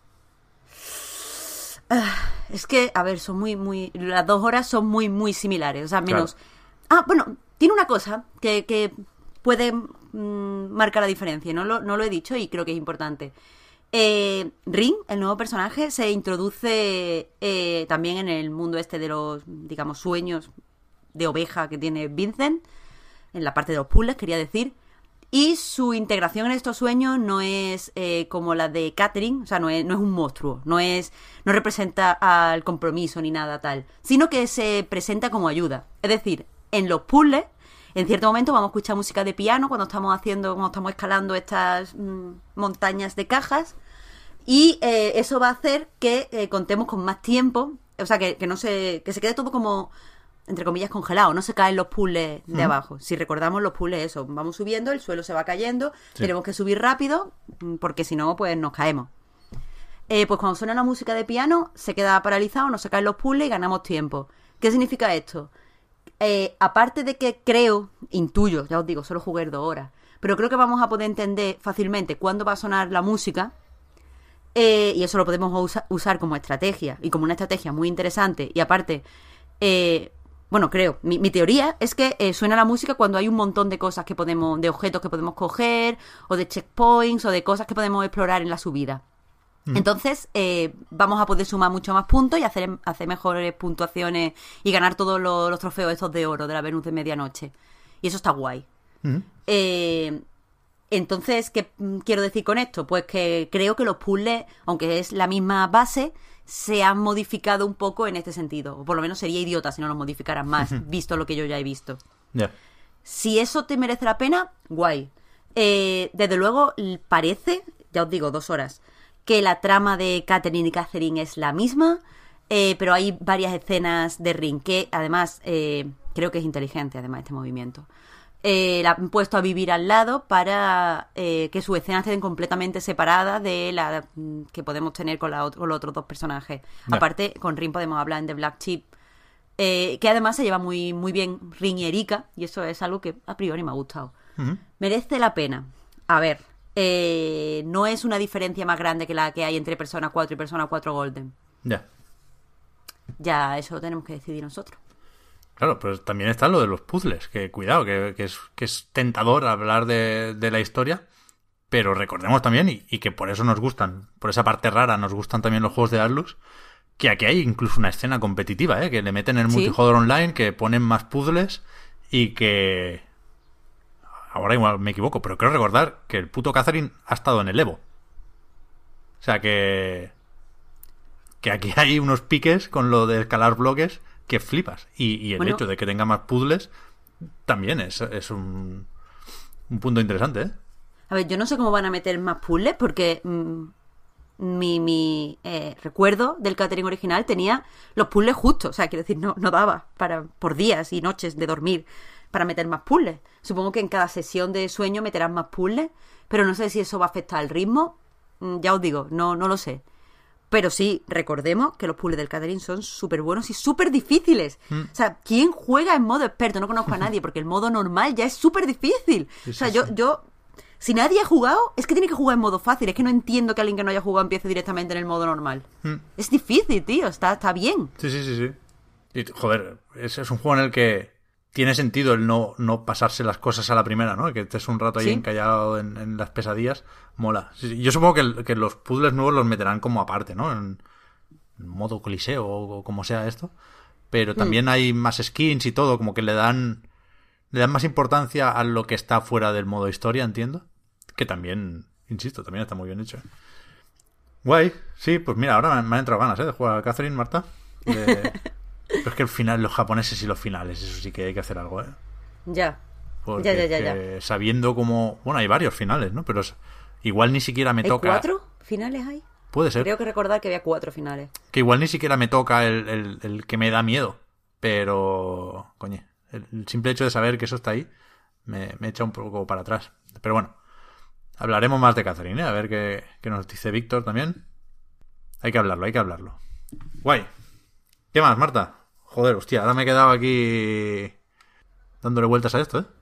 es que, a ver, son muy, muy... Las dos horas son muy, muy similares, o sea, menos... Claro. Ah, bueno, tiene una cosa que, que puede mmm, marcar la diferencia, no lo, no lo he dicho y creo que es importante. Eh, Ring, el nuevo personaje, se introduce eh, también en el mundo este de los, digamos, sueños de oveja que tiene Vincent, en la parte de los puzzles, quería decir, y su integración en estos sueños no es eh, como la de Catherine, o sea, no es, no es un monstruo, no es, no representa al compromiso ni nada tal, sino que se presenta como ayuda. Es decir, en los puzzles, en cierto momento vamos a escuchar música de piano cuando estamos haciendo, cuando estamos escalando estas mmm, montañas de cajas, y eh, eso va a hacer que eh, contemos con más tiempo, o sea, que, que no se, que se quede todo como, entre comillas, congelado, no se caen los puzzles de uh-huh. abajo. Si recordamos los puzzles, eso, vamos subiendo, el suelo se va cayendo, sí. tenemos que subir rápido, porque si no, pues nos caemos. Eh, pues cuando suena la música de piano, se queda paralizado, no se caen los puzzles y ganamos tiempo. ¿Qué significa esto? Eh, aparte de que creo, intuyo, ya os digo, solo jugué dos horas, pero creo que vamos a poder entender fácilmente cuándo va a sonar la música, eh, y eso lo podemos usa, usar como estrategia, y como una estrategia muy interesante, y aparte, eh, bueno, creo, mi, mi teoría es que eh, suena la música cuando hay un montón de cosas que podemos, de objetos que podemos coger, o de checkpoints, o de cosas que podemos explorar en la subida. Mm. Entonces, eh, vamos a poder sumar mucho más puntos y hacer, hacer mejores puntuaciones y ganar todos los, los trofeos estos de oro de la Venus de medianoche. Y eso está guay. Mm. Eh, entonces, ¿qué quiero decir con esto? Pues que creo que los puzzles, aunque es la misma base, se han modificado un poco en este sentido. O por lo menos sería idiota si no los modificaran más, visto lo que yo ya he visto. Yeah. Si eso te merece la pena, guay. Eh, desde luego, parece, ya os digo, dos horas, que la trama de Catherine y Catherine es la misma, eh, pero hay varias escenas de Ring que, además, eh, creo que es inteligente, además, este movimiento. Eh, la han puesto a vivir al lado para eh, que sus escenas estén completamente separadas de la que podemos tener con, la, con los otros dos personajes. No. Aparte, con Ring podemos hablar en The Black Sheep, eh, que además se lleva muy, muy bien Ring y Erika, y eso es algo que a priori me ha gustado. Uh-huh. Merece la pena. A ver, eh, no es una diferencia más grande que la que hay entre Persona cuatro y Persona cuatro Golden. Ya. Ya, eso lo tenemos que decidir nosotros. Claro, pues también está lo de los puzzles, que cuidado, que, que, es, que es tentador hablar de, de la historia, pero recordemos también, y, y que por eso nos gustan, por esa parte rara nos gustan también los juegos de Atlus, que aquí hay incluso una escena competitiva, ¿eh? Que le meten el ¿Sí? multijugador online, que ponen más puzzles y que... Ahora igual me equivoco, pero creo recordar que el puto Catherine ha estado en el Evo. O sea que... Que aquí hay unos piques con lo de escalar bloques que flipas. Y, y el bueno, hecho de que tenga más puzzles también es, es un, un punto interesante, ¿eh? A ver, yo no sé cómo van a meter más puzzles porque mmm, mi, mi eh, recuerdo del Catherine original tenía los puzzles justos. O sea, quiero decir, no, no daba para por días y noches de dormir para meter más puzzles. Supongo que en cada sesión de sueño meterán más puzzles, pero no sé si eso va a afectar al ritmo. Ya os digo, no, no lo sé. Pero sí, recordemos que los puzzles del Catherine son súper buenos y súper difíciles. Mm. O sea, ¿quién juega en modo experto? No conozco a nadie, porque el modo normal ya es súper difícil. Sí, o sea, sí, yo, sí. yo... Si nadie ha jugado, es que tiene que jugar en modo fácil. Es que no entiendo que alguien que no haya jugado empiece directamente en el modo normal. Mm. Es difícil, tío. Está, está bien. Sí, sí, sí, sí. Y, joder, es, es un juego en el que tiene sentido el no, no pasarse las cosas a la primera, ¿no? Que estés un rato ahí ¿Sí? encallado en, en las pesadillas. Mola. Sí, sí. Yo supongo que, el, que los puzzles nuevos los meterán como aparte, ¿no? En, en modo coliseo o, o como sea esto. Pero también mm. hay más skins y todo, como que le dan le dan más importancia a lo que está fuera del modo historia, entiendo. Que también, insisto, también está muy bien hecho. Guay. Sí, pues mira, ahora me, me han entrado ganas, ¿eh? De jugar a Catherine, Marta. De... Pero es que el final, los japoneses y los finales, eso sí que hay que hacer algo, ¿eh? Ya. Porque ya, ya, ya, ya. Sabiendo cómo... Bueno, hay varios finales, ¿no? Pero es... igual ni siquiera me ¿Hay toca... cuatro finales hay? Puede ser. Creo que recordar que había cuatro finales. Que igual ni siquiera me toca el, el, el que me da miedo. Pero... Coño, el, el simple hecho de saber que eso está ahí me, me echa un poco para atrás. Pero bueno, hablaremos más de Catherine, ¿eh? A ver qué, qué nos dice Víctor también. Hay que hablarlo, hay que hablarlo. Guay. ¿Qué más, Marta? Joder, hostia, ahora me he quedado aquí dándole vueltas a esto, ¿eh?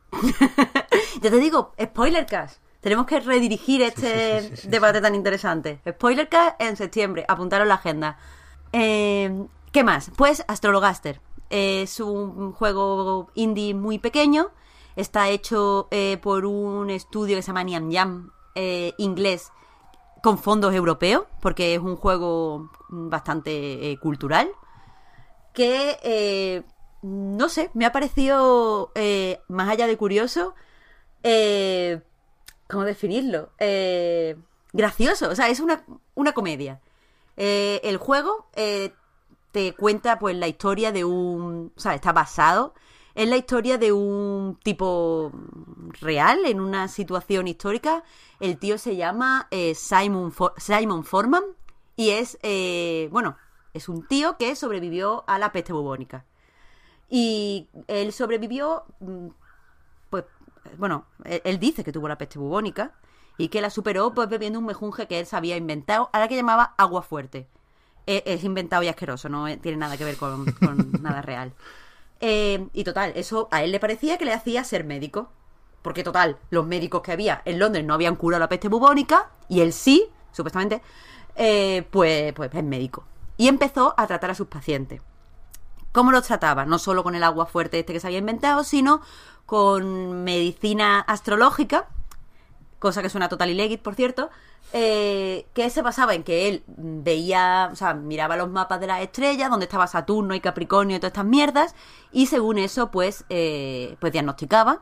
Ya te digo, Spoilercast. Tenemos que redirigir este sí, sí, sí, sí, debate sí. tan interesante. Spoilercast en septiembre. Apuntaros la agenda. Eh, ¿Qué más? Pues Astrologaster. Es un juego indie muy pequeño. Está hecho eh, por un estudio que se llama Niam Jam, eh, inglés, con fondos europeos, porque es un juego bastante eh, cultural. Que, eh, no sé, me ha parecido, eh, más allá de curioso, eh, ¿cómo definirlo? Eh, gracioso, o sea, es una, una comedia. Eh, el juego eh, te cuenta pues la historia de un... O sea, está basado en la historia de un tipo real, en una situación histórica. El tío se llama eh, Simon, For- Simon Forman y es, eh, bueno... Es un tío que sobrevivió a la peste bubónica. Y él sobrevivió, pues, bueno, él, él dice que tuvo la peste bubónica y que la superó pues bebiendo un mejunje que él se había inventado, a la que llamaba agua fuerte. Es, es inventado y asqueroso, no tiene nada que ver con, con nada real. Eh, y total, eso a él le parecía que le hacía ser médico. Porque total, los médicos que había en Londres no habían curado la peste bubónica y él sí, supuestamente, eh, pues, pues es médico. Y empezó a tratar a sus pacientes. ¿Cómo los trataba? No solo con el agua fuerte este que se había inventado, sino con medicina astrológica, cosa que suena total illegit, por cierto, eh, que se basaba en que él veía, o sea, miraba los mapas de las estrellas, donde estaba Saturno y Capricornio y todas estas mierdas, y según eso, pues, eh, pues diagnosticaba.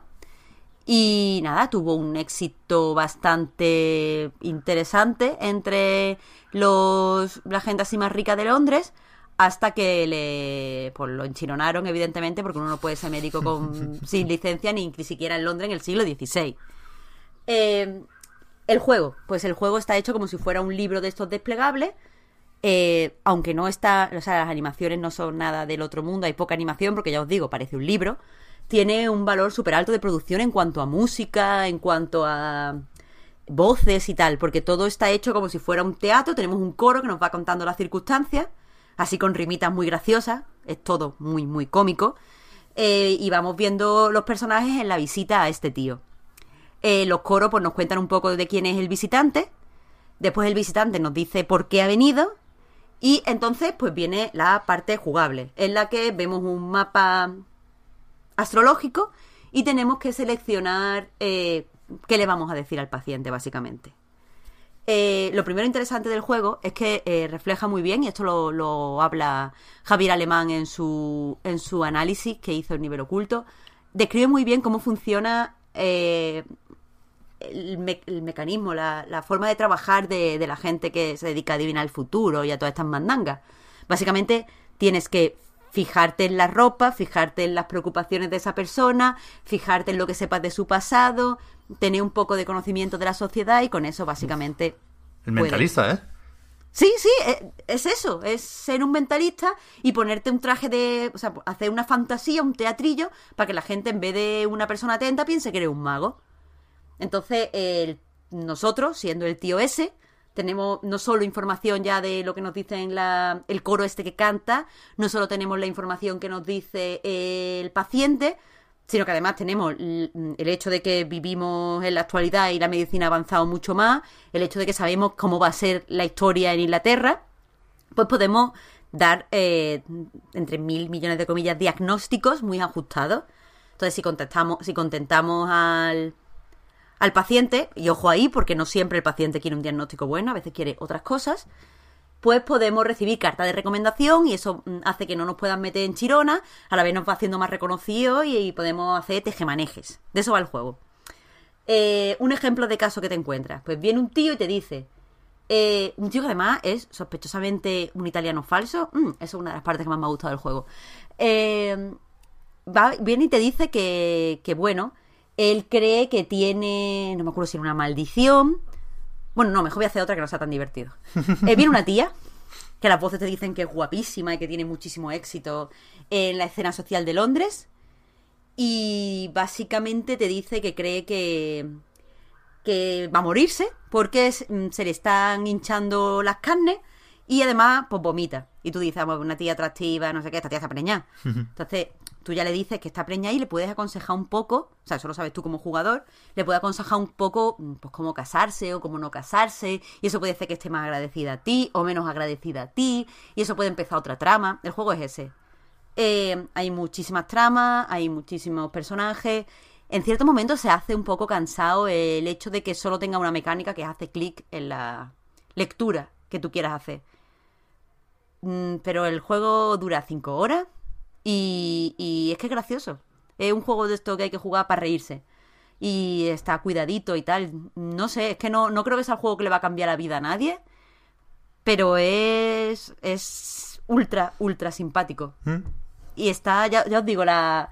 Y nada, tuvo un éxito bastante interesante entre los la gente así más rica de Londres, hasta que le pues lo enchironaron, evidentemente, porque uno no puede ser médico con, sin licencia ni, ni siquiera en Londres en el siglo dieciséis. Eh, el juego, pues el juego está hecho como si fuera un libro de estos desplegables, eh, aunque no está, o sea, las animaciones no son nada del otro mundo, hay poca animación porque ya os digo, parece un libro. Tiene un valor súper alto de producción en cuanto a música, en cuanto a voces y tal, porque todo está hecho como si fuera un teatro. Tenemos un coro que nos va contando las circunstancias, así con rimitas muy graciosas, es todo muy, muy cómico, eh, y vamos viendo los personajes en la visita a este tío. Eh, los coros pues nos cuentan un poco de quién es el visitante, después el visitante nos dice por qué ha venido, y entonces pues viene la parte jugable, en la que vemos un mapa astrológico y tenemos que seleccionar eh, qué le vamos a decir al paciente, básicamente. Eh, lo primero interesante del juego es que eh, refleja muy bien, y esto lo, lo habla Javier Alemán en su, en su análisis que hizo en Nivel Oculto, describe muy bien cómo funciona eh, el, me- el mecanismo, la, la forma de trabajar de, de la gente que se dedica a adivinar el futuro y a todas estas mandangas. Básicamente tienes que fijarte en la ropa, fijarte en las preocupaciones de esa persona, fijarte en lo que sepas de su pasado, tener un poco de conocimiento de la sociedad, y con eso básicamente... El mentalista, ¿eh? Sí, sí, es eso, es ser un mentalista y ponerte un traje de... O sea, hacer una fantasía, un teatrillo, para que la gente, en vez de una persona atenta, piense que eres un mago. Entonces, el, nosotros, siendo el tío ese, tenemos no solo información ya de lo que nos dice en la, el coro este que canta, no solo tenemos la información que nos dice el paciente, sino que además tenemos el hecho de que vivimos en la actualidad y la medicina ha avanzado mucho más, el hecho de que sabemos cómo va a ser la historia en Inglaterra, pues podemos dar, eh, entre mil millones de comillas, diagnósticos muy ajustados. Entonces, si contestamos, si contentamos al, al paciente, y ojo ahí, porque no siempre el paciente quiere un diagnóstico bueno, a veces quiere otras cosas, pues podemos recibir carta de recomendación y eso hace que no nos puedan meter en chirona, a la vez nos va haciendo más reconocidos y, y podemos hacer tejemanejes. De eso va el juego. Eh, un ejemplo de caso que te encuentras. Pues viene un tío y te dice... Eh, un tío que además es sospechosamente un italiano falso. Mm, eso es una de las partes que más me ha gustado del juego. Eh, va, viene y te dice que, que, bueno, él cree que tiene... No me acuerdo si era una maldición... Bueno, no, mejor voy a hacer otra que no sea tan divertido. Eh, viene una tía, que las voces te dicen que es guapísima y que tiene muchísimo éxito en la escena social de Londres. Y básicamente te dice que cree que, que va a morirse porque es, se le están hinchando las carnes y además pues vomita. Y tú dices, ah, una tía atractiva, no sé qué, esta tía está preñada. Entonces tú ya le dices que está preñada y le puedes aconsejar un poco, o sea, eso lo sabes tú como jugador, le puedes aconsejar un poco, pues, cómo casarse o cómo no casarse, y eso puede hacer que esté más agradecida a ti o menos agradecida a ti, y eso puede empezar otra trama. El juego es ese. Eh, hay muchísimas tramas, hay muchísimos personajes. En ciertos momentos se hace un poco cansado el hecho de que solo tenga una mecánica que hace clic en la lectura que tú quieras hacer. Mm, pero el juego dura cinco horas. Y, y es que es gracioso. Es un juego de esto que hay que jugar para reírse. Y está cuidadito y tal. No sé, es que no, no creo que sea el juego que le va a cambiar la vida a nadie. Pero es es ultra, ultra simpático. ¿Mm? Y está, ya, ya os digo, la...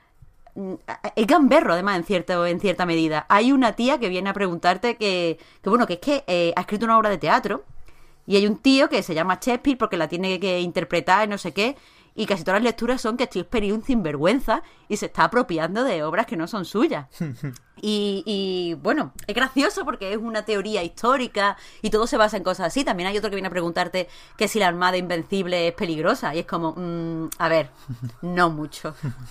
Es gamberro, además, en, cierto, en cierta medida. Hay una tía que viene a preguntarte que, que bueno, que es que eh, ha escrito una obra de teatro. Y hay un tío que se llama Shakespeare porque la tiene que interpretar y no sé qué. Y casi todas las lecturas son que Shakespeare es un sinvergüenza y se está apropiando de obras que no son suyas. Y, y bueno, es gracioso porque es una teoría histórica y todo se basa en cosas así. También hay otro que viene a preguntarte que si la Armada Invencible es peligrosa. Y es como, mmm, a ver, no mucho.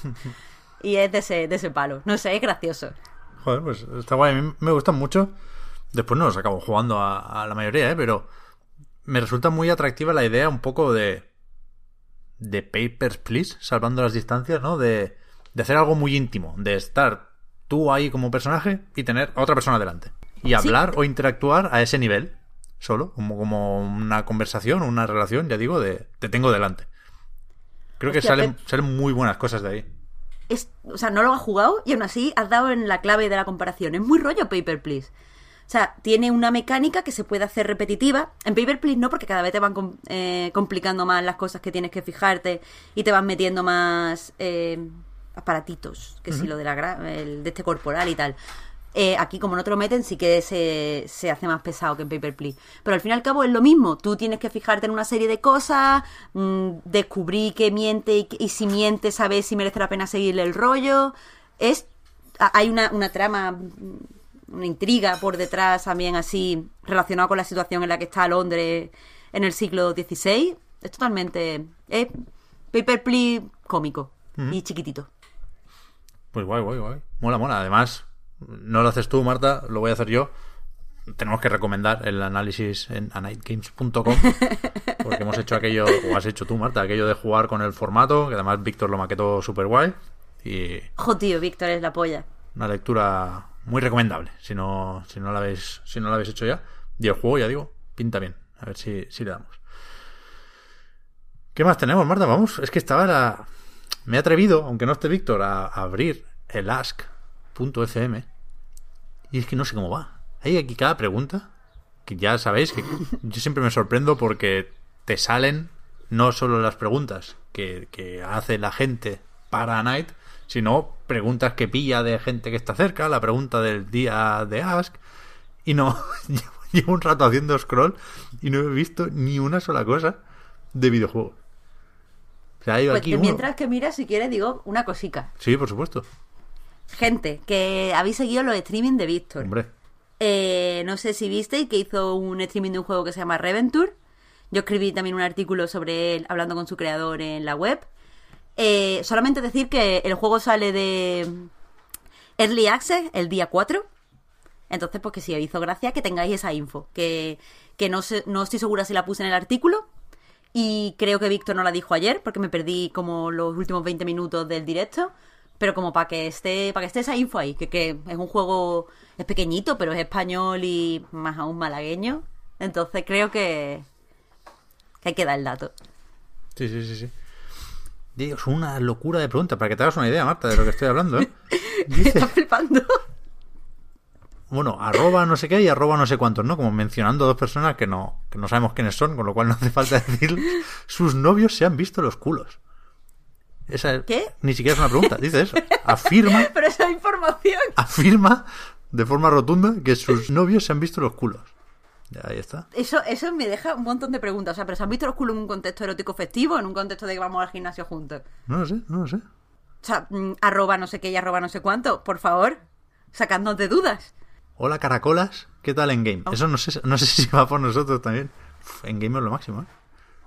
Y es de ese, de ese palo. No sé, es gracioso. Joder, pues está guay. A mí me gustan mucho. Después no los acabo jugando a, a la mayoría, ¿eh? Pero me resulta muy atractiva la idea un poco de... de Papers, Please, salvando las distancias, ¿no? De, de hacer algo muy íntimo, de estar tú ahí como personaje y tener a otra persona delante. Y hablar ¿Sí? o interactuar a ese nivel, solo, como, como una conversación, una relación, ya digo, de te tengo delante. Creo Hostia, que salen, Pep... salen muy buenas cosas de ahí. Es, o sea, no lo has jugado y aún así has dado en la clave de la comparación. Es muy rollo Paper, Please. O sea, tiene una mecánica que se puede hacer repetitiva. En Paper, Please no, porque cada vez te van com- eh, complicando más las cosas que tienes que fijarte y te van metiendo más eh, aparatitos, que uh-huh. si lo de, la gra- el, de este corporal y tal. Eh, aquí, como no te lo meten, sí que se, se hace más pesado que en Paper, Please. Pero al fin y al cabo es lo mismo. Tú tienes que fijarte en una serie de cosas, mmm, descubrir que miente y, y si miente, saber si merece la pena seguirle el rollo. Es Hay una, una trama... una intriga por detrás también así relacionado con la situación en la que está Londres en el siglo dieciséis. Es totalmente es Paper, Please cómico uh-huh. y chiquitito. Pues guay, guay, guay. Mola, mola. Además, no lo haces tú, Marta, lo voy a hacer yo. Tenemos que recomendar el análisis en a night games punto com porque hemos hecho aquello, o has hecho tú, Marta, aquello de jugar con el formato, que además Víctor lo maquetó súper guay. Y... Jo, tío, Víctor es la polla. Una lectura muy recomendable, si no, si no la habéis, si no la habéis hecho ya. Y el juego, ya digo, pinta bien. A ver si, si le damos. ¿Qué más tenemos, Marta? Vamos, es que estaba la... Me he atrevido, aunque no esté Víctor, a abrir el ask punto f m y es que no sé cómo va. Hay aquí cada pregunta que ya sabéis que yo siempre me sorprendo porque te salen no solo las preguntas que, que hace la gente para Night, sino preguntas que pilla de gente que está cerca, la pregunta del día de Ask, y no, llevo, Llevo un rato haciendo scroll y no he visto ni una sola cosa de videojuegos. O sea, hay Pues aquí mientras uno... que miras, si quieres, digo una cosica. Sí, por supuesto. Gente, que habéis seguido los streaming de Víctor. Hombre. Eh, no sé si visteis que hizo un streaming de un juego que se llama Reventure. Yo escribí también un artículo sobre él, hablando con su creador en la web. Eh, solamente decir que el juego sale de Early Access el día cuatro. Entonces, pues que si os hizo gracia que tengáis esa info. Que, que no, sé, no estoy segura si la puse en el artículo. Y creo que Víctor no la dijo ayer, porque me perdí como los últimos veinte minutos del directo. Pero como para que esté para que esté esa info ahí. Que, que es un juego, es pequeñito, pero es español y más aún malagueño. Entonces creo que, que hay que dar el dato. Sí, sí, sí, sí. Dios, es una locura de preguntas. Para que te hagas una idea, Marta, de lo que estoy hablando, ¿eh? Dice... ¿Estás flipando? Bueno, arroba no sé qué y arroba no sé cuántos, ¿no? Como mencionando a dos personas que no, que no sabemos quiénes son, con lo cual no hace falta decirles. Sus novios se han visto los culos. Esa ¿Qué? Ni siquiera es una pregunta, dice eso. Afirma, Pero esa información. afirma de forma rotunda que sus novios se han visto los culos. Ya, ahí está. Eso, eso me deja un montón de preguntas. O sea, ¿pero se han visto los culos en un contexto erótico festivo? ¿En un contexto de que vamos al gimnasio juntos? No lo sé, no lo sé. O sea, mm, arroba no sé qué y arroba no sé cuánto. Por favor, sacadnos de dudas. Hola, caracolas, ¿qué tal en game? Oh. Eso no sé, no sé si va por nosotros también. En game es lo máximo, ¿eh?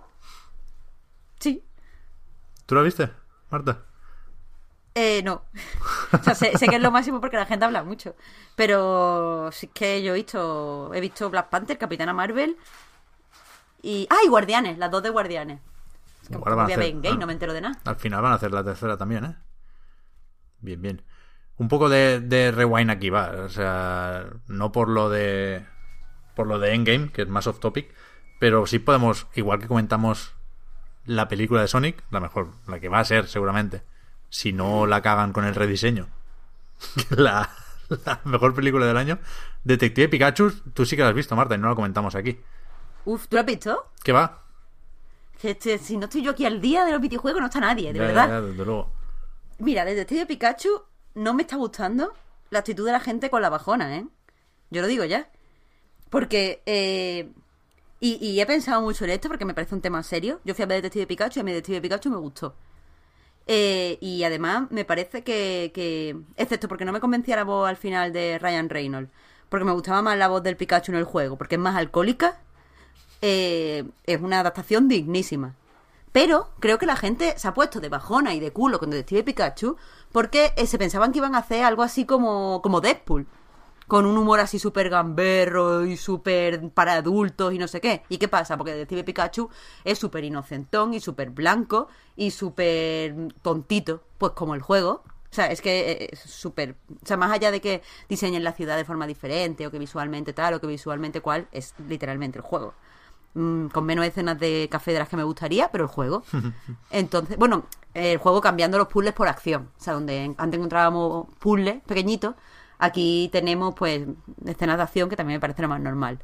Sí. ¿Tú lo viste, Marta? Eh, no. O sea, sé, sé que es lo máximo porque la gente habla mucho. Pero sí que yo he visto he visto Black Panther, Capitana Marvel y... ¡Ah! Y Guardianes, las dos de Guardianes. Es que Igual van a voy a ver hacer- en game, ah, no me entero de nada. Al final van a hacer la tercera también, ¿eh? Bien, bien. Un poco de, de rewind aquí va. O sea, no por lo de... Por lo de Endgame, que es más off topic. Pero sí podemos, igual que comentamos la película de Sonic, la mejor, la que va a ser seguramente, si no la cagan con el rediseño, la, la mejor película del año, Detective Pikachu, tú sí que la has visto, Marta, y no la comentamos aquí. Uf, ¿tú lo has visto? ¿Qué va? Que este- si no estoy yo aquí al día de los videojuegos no está nadie, de Ya, verdad. ya, ya, desde luego. Mira, Detective Pikachu no me está gustando la actitud de la gente con la bajona, ¿eh? Yo lo digo ya. Porque, eh... Y, y he pensado mucho en esto porque me parece un tema serio. Yo fui a ver Detective Pikachu y a mi Detective Pikachu me gustó. Eh, y además me parece que, que... Excepto porque no me convencía la voz al final de Ryan Reynolds. Porque me gustaba más la voz del Pikachu en el juego. Porque es más alcohólica. Eh, es una adaptación dignísima. Pero creo que la gente se ha puesto de bajona y de culo con Detective Pikachu porque eh, se pensaban que iban a hacer algo así como, como Deadpool, con un humor así súper gamberro y súper para adultos y no sé qué. ¿Y qué pasa? Porque Detective Pikachu es súper inocentón y súper blanco y súper tontito, pues como el juego. O sea, es que es súper... O sea, más allá de que diseñen la ciudad de forma diferente o que visualmente tal o que visualmente cual, es literalmente el juego. Con menos escenas de café de las que me gustaría, pero el juego. Entonces, bueno, el juego cambiando los puzzles por acción. O sea, donde antes encontrábamos puzzles pequeñitos, aquí tenemos pues escenas de acción que también me parece lo más normal.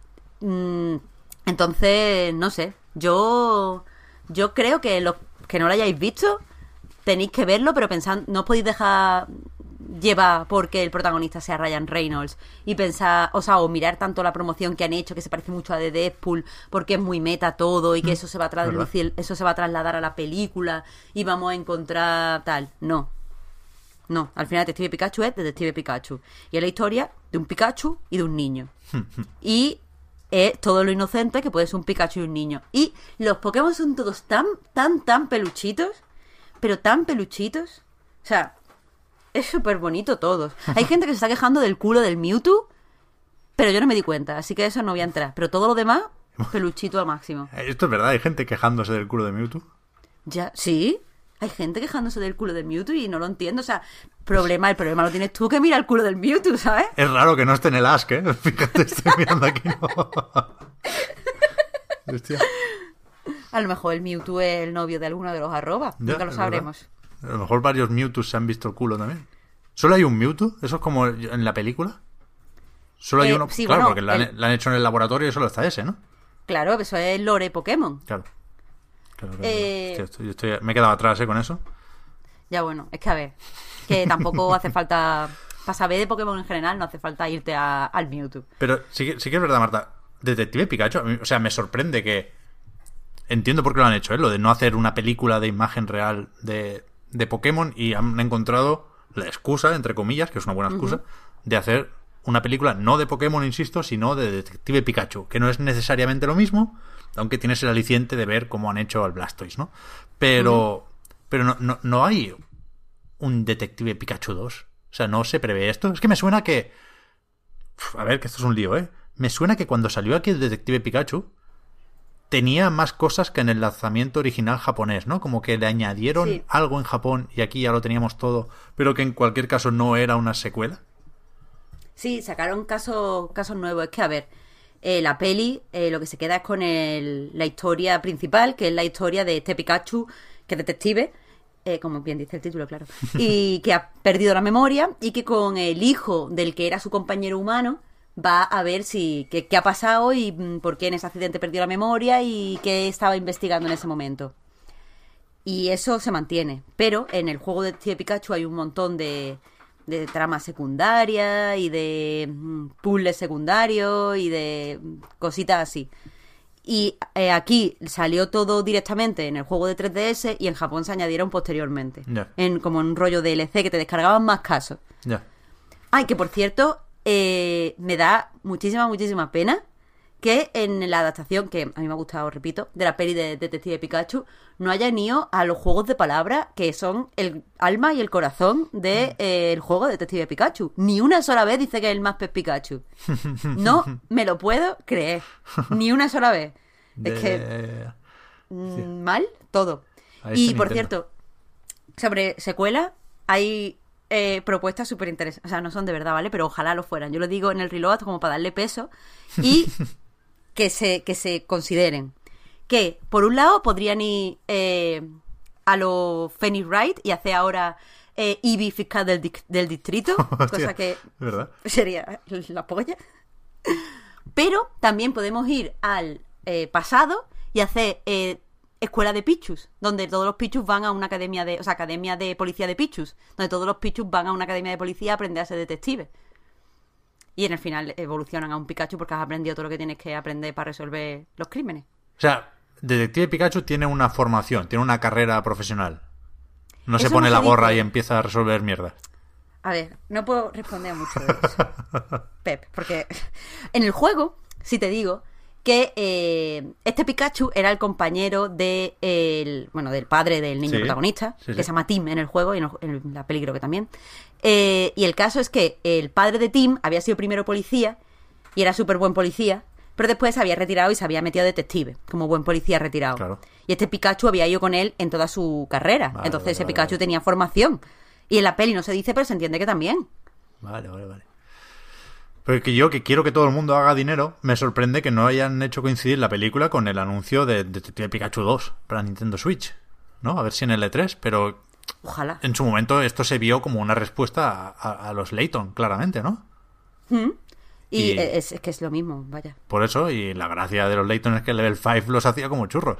Entonces, no sé. Yo yo creo que los que no lo hayáis visto tenéis que verlo, pero pensad, no os podéis dejar llevar porque el protagonista sea Ryan Reynolds y pensar, o sea, o mirar tanto la promoción que han hecho que se parece mucho a de Deadpool porque es muy meta todo y que eso se va a traducir, eso se va a trasladar a la película y vamos a encontrar tal. No. No, al final Detective Pikachu es Detective Pikachu y es la historia de un Pikachu y de un niño. Y es todo lo inocente que puede ser un Pikachu y un niño. Y los Pokémon son todos tan, tan, tan peluchitos, pero tan peluchitos. O sea, es súper bonito todos. Hay gente que se está quejando del culo del Mewtwo, pero yo no me di cuenta, así que eso no voy a entrar. Pero todo lo demás, peluchito al máximo. Esto es verdad, hay gente quejándose del culo de Mewtwo. Ya, sí. Hay gente quejándose del culo del Mewtwo y no lo entiendo. O sea, problema, el problema lo tienes tú que mira el culo del Mewtwo, ¿sabes? Es raro que no esté en el Ask, ¿eh? Fíjate, estoy mirando aquí. No. Hostia. A lo mejor el Mewtwo es el novio de alguno de los arrobas. Ya, Nunca lo es sabremos. verdad. A lo mejor varios Mewtwo se han visto el culo también. ¿Solo hay un Mewtwo? ¿Eso es como en la película? Solo hay Eh, uno. sí, claro, bueno, porque la han, el- la han hecho en el laboratorio y solo está ese, ¿no? Claro, eso es lore Pokémon. Claro. Claro, claro, Eh, claro. Hostia, estoy- yo estoy- me he quedado atrás, ¿eh? Con eso. Ya bueno, es que a ver, que tampoco hace falta para saber de Pokémon en general no hace falta irte a, al Mewtwo. Pero sí que, sí que es verdad, Marta. Detective Pikachu, a mí, o sea, me sorprende que... Entiendo por qué lo han hecho, ¿eh? Lo de no hacer una película de imagen real de, de Pokémon, y han encontrado la excusa, entre comillas, que es una buena excusa, uh-huh. de hacer una película no de Pokémon, insisto, sino de Detective Pikachu, que no es necesariamente lo mismo, aunque tienes el aliciente de ver cómo han hecho al Blastoise, ¿no? Pero, uh-huh. pero no, no, no hay un Detective Pikachu dos. O sea, no se prevé esto. Es que me suena que... Uf, a ver, que esto es un lío, ¿eh? Me suena que cuando salió aquí el Detective Pikachu tenía más cosas que en el lanzamiento original japonés, ¿no? Como que le añadieron sí. algo en Japón y aquí ya lo teníamos todo, pero que en cualquier caso no era una secuela. Sí, sacaron casos, casos nuevos. Es que, a ver, eh, la peli eh, lo que se queda es con el, la historia principal, que es la historia de este Pikachu, que es detective, eh, como bien dice el título, claro, y que ha perdido la memoria y que con el hijo del que era su compañero humano va a ver si qué, qué ha pasado y por qué en ese accidente perdió la memoria y qué estaba investigando en ese momento. Y eso se mantiene. Pero en el juego de Detective Pikachu hay un montón de, de tramas secundarias y de mm, puzzles secundarios y de cositas así. Y eh, aquí salió todo directamente en el juego de tres D S y en Japón se añadieron posteriormente. Yeah. En, como en un rollo D L C que te descargaban más casos. Yeah. Ay, que por cierto... Eh, me da muchísima, muchísima pena que en la adaptación, que a mí me ha gustado, repito, de la peli de Detective Pikachu, no hayan ido a los juegos de palabras que son el alma y el corazón del de, eh, el juego de Detective Pikachu. Ni una sola vez dice que es el más pez Pikachu. No me lo puedo creer. Ni una sola vez. De... Es que... Sí. Mal, todo. Y, por cierto, sobre secuela, hay... Eh, propuestas súper interesantes. O sea, no son de verdad, ¿vale? Pero ojalá lo fueran. Yo lo digo en el reload como para darle peso y que se, que se consideren. Que, por un lado, podrían ir eh, a lo Phoenix Wright y hacer ahora eh, Eevee fiscal del, di- del distrito. Cosa que ¿verdad? Sería la polla. Pero también podemos ir al eh, pasado y hacer... Eh, Escuela de Pichus, donde todos los Pichus van a una academia de... O sea, academia de policía de Pichus, donde todos los Pichus van a una academia de policía a aprender a ser detectives. Y en el final evolucionan a un Pikachu porque has aprendido todo lo que tienes que aprender para resolver los crímenes. O sea, Detective Pikachu tiene una formación, tiene una carrera profesional. No Eso se pone no la se gorra dice. y empieza a resolver mierda. A ver, no puedo responder mucho de eso, Pep, porque en el juego, si te digo... que eh, este Pikachu era el compañero de el, bueno, del padre del niño sí, protagonista, sí, que sí. se llama Tim en el juego y en, el, en la peli creo que también. Eh, y el caso es que el padre de Tim había sido primero policía y era súper buen policía, pero después se había retirado y se había metido a detective, como buen policía retirado. Claro. Y este Pikachu había ido con él en toda su carrera. Vale, Entonces vale, ese vale, Pikachu vale. tenía formación. Y en la peli no se dice, pero se entiende que también. Vale, vale, vale. Pero que yo, que quiero que todo el mundo haga dinero, me sorprende que no hayan hecho coincidir la película con el anuncio de Detective Pikachu dos para Nintendo Switch, ¿no? A ver si en el E tres, pero... Ojalá. En su momento esto se vio como una respuesta a, a, a los Layton, claramente, ¿no? ¿Mm? Y, Y- es, es que es lo mismo, vaya. Por eso, y la gracia de los Layton es que el Level cinco los hacía como churros.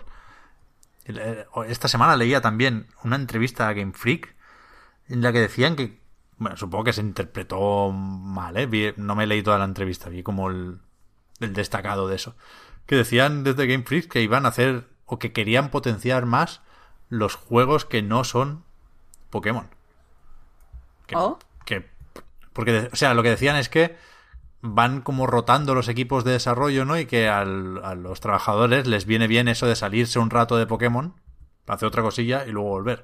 Esta semana leía también una entrevista a Game Freak en la que decían que, bueno, supongo que se interpretó mal, ¿eh? Vi- no me leí toda la entrevista, vi como el, el destacado de eso. Que decían desde Game Freak que iban a hacer, o que querían potenciar más los juegos que no son Pokémon. Que, ¿Oh? que porque, o sea, lo que decían es que van como rotando los equipos de desarrollo, ¿no? Y que al, a los trabajadores les viene bien eso de salirse un rato de Pokémon para hacer otra cosilla y luego volver.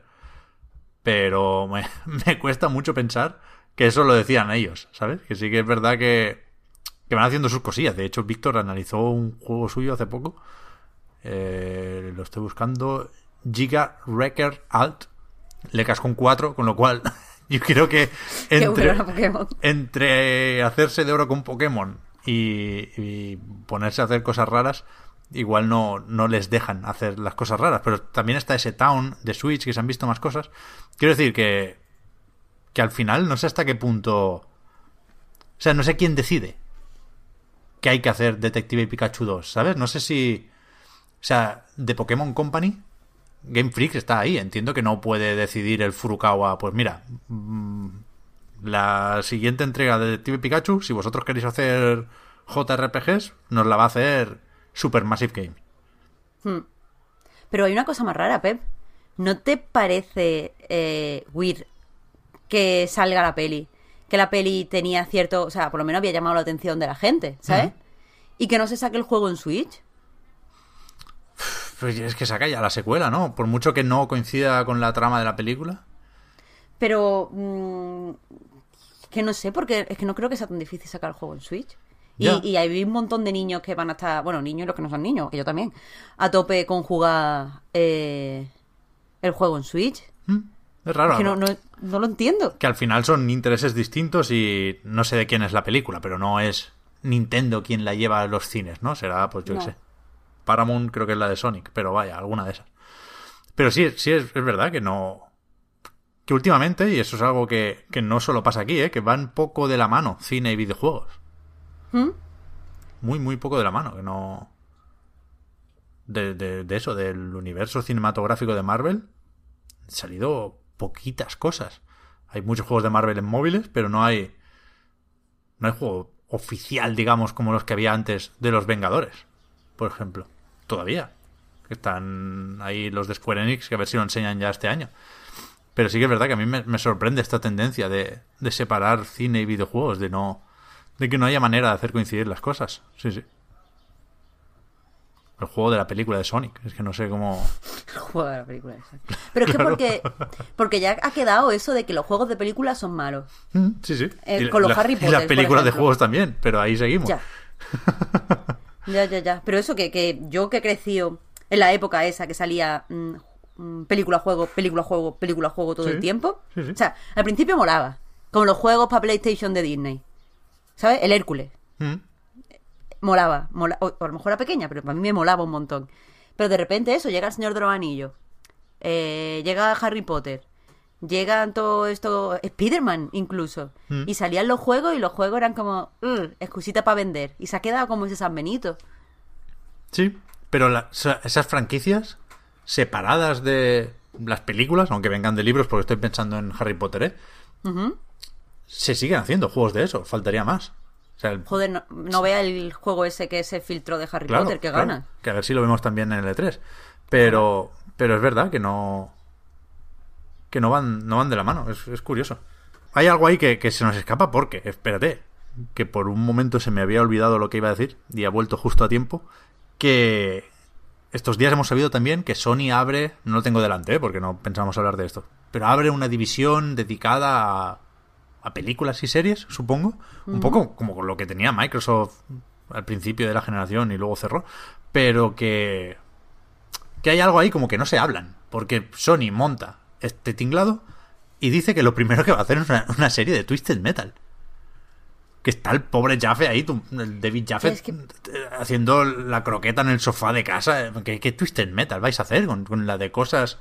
Pero me, me cuesta mucho pensar que eso lo decían ellos, ¿sabes? Que sí que es verdad que, que van haciendo sus cosillas. De hecho, Víctor analizó un juego suyo hace poco. Eh, lo estoy buscando. Giga Wrecker Alt. Le casco un cuatro, con lo cual yo creo que Qué entre, bueno, Pokémon. entre hacerse de oro con Pokémon y, y ponerse a hacer cosas raras, igual no, no les dejan hacer las cosas raras. Pero también está ese Town de Switch, que se han visto más cosas. Quiero decir que, que al final no sé hasta qué punto... O sea, no sé quién decide que hay que hacer Detective Pikachu dos, ¿sabes? No sé si... O sea, de Pokémon Company, Game Freak está ahí. Entiendo que no puede decidir el Furukawa, pues mira, mmm, la siguiente entrega de Detective Pikachu, si vosotros queréis hacer J R P Gs, nos la va a hacer Supermassive Game. Hmm. Pero hay una cosa más rara, Pep. ¿No te parece eh, weird que salga la peli? Que la peli tenía cierto... O sea, por lo menos había llamado la atención de la gente, ¿sabes? Uh-huh. Y que no se saque el juego en Switch. Pues es que saca ya la secuela, ¿no? Por mucho que no coincida con la trama de la película. Pero... Mmm, que no sé, porque es que no creo que sea tan difícil sacar el juego en Switch. Y, y hay un montón de niños que van a estar... Bueno, niños y los que no son niños, que yo también. A tope con jugar eh, el juego en Switch. Mm, es raro. Es que no, no, no lo entiendo. Que al final son intereses distintos y no sé de quién es la película, pero no es Nintendo quien la lleva a los cines, ¿no? Será, pues yo qué No. sé. Paramount creo que es la de Sonic, pero vaya, alguna de esas. Pero sí, sí es, es verdad que no... Que últimamente, y eso es algo que, que no solo pasa aquí, ¿eh? Que van poco de la mano cine y videojuegos. ¿Mm? Muy, muy poco de la mano, que no... De, de, de eso, del universo cinematográfico de Marvel, han salido poquitas cosas. Hay muchos juegos de Marvel en móviles, pero no hay... No hay juego oficial, digamos, como los que había antes de los Vengadores, por ejemplo. Todavía. Están ahí los de Square Enix, que a ver si lo enseñan ya este año. Pero sí que es verdad que a mí me, me sorprende esta tendencia de, de separar cine y videojuegos, de no... De que no haya manera de hacer coincidir las cosas. Sí, sí. El juego de la película de Sonic. Es que no sé cómo... El juego de la película de Sonic. Pero es que porque, porque ya ha quedado eso de que los juegos de películas son malos. Mm, sí, sí. Eh, Y con los la- Harry Y Potter, las películas por de ejemplo. juegos también, pero ahí seguimos. Ya. Ya, ya, ya. Pero eso que, que yo que he crecido en la época esa que salía mm, mm, película, juego, película, juego, película, juego todo Sí. el tiempo. Sí, sí. O sea, al principio molaba. Como los juegos para PlayStation de Disney. ¿Sabes? El Hércules. Mm. Molaba. mola- o, o a lo mejor era pequeña, pero para mí me molaba un montón. Pero de repente eso, llega el Señor de los Anillos. Eh, llega Harry Potter. Llegan todo esto... Spider-Man incluso. Mm. Y salían los juegos y los juegos eran como... "Ugh, excusita para vender". Y se ha quedado como ese San Benito. Sí, pero la- o sea, esas franquicias separadas de las películas, aunque vengan de libros, porque estoy pensando en Harry Potter, ¿eh? Ujú. Se siguen haciendo juegos de eso, faltaría más. O sea, el- Joder, no, no vea el juego ese que se filtró de Harry claro, Potter, que claro, gana. que a ver si lo vemos también en el E tres. Pero, pero es verdad que no que no van, no van de la mano, es, es curioso. Hay algo ahí que, que se nos escapa porque, espérate, que por un momento se me había olvidado lo que iba a decir y ha vuelto justo a tiempo, que estos días hemos sabido también que Sony abre, no lo tengo delante, ¿eh? Porque no pensamos hablar de esto, pero abre una división dedicada a, a películas y series, supongo, un poco como con lo que tenía Microsoft al principio de la generación y luego cerró, pero que que hay algo ahí como que no se hablan, porque Sony monta este tinglado y dice que lo primero que va a hacer es una, una serie de Twisted Metal. Que está el pobre Jaffe ahí, tu- el David Jaffe, Es que- haciendo la croqueta en el sofá de casa. ¿Qué, qué Twisted Metal vais a hacer con, con la de cosas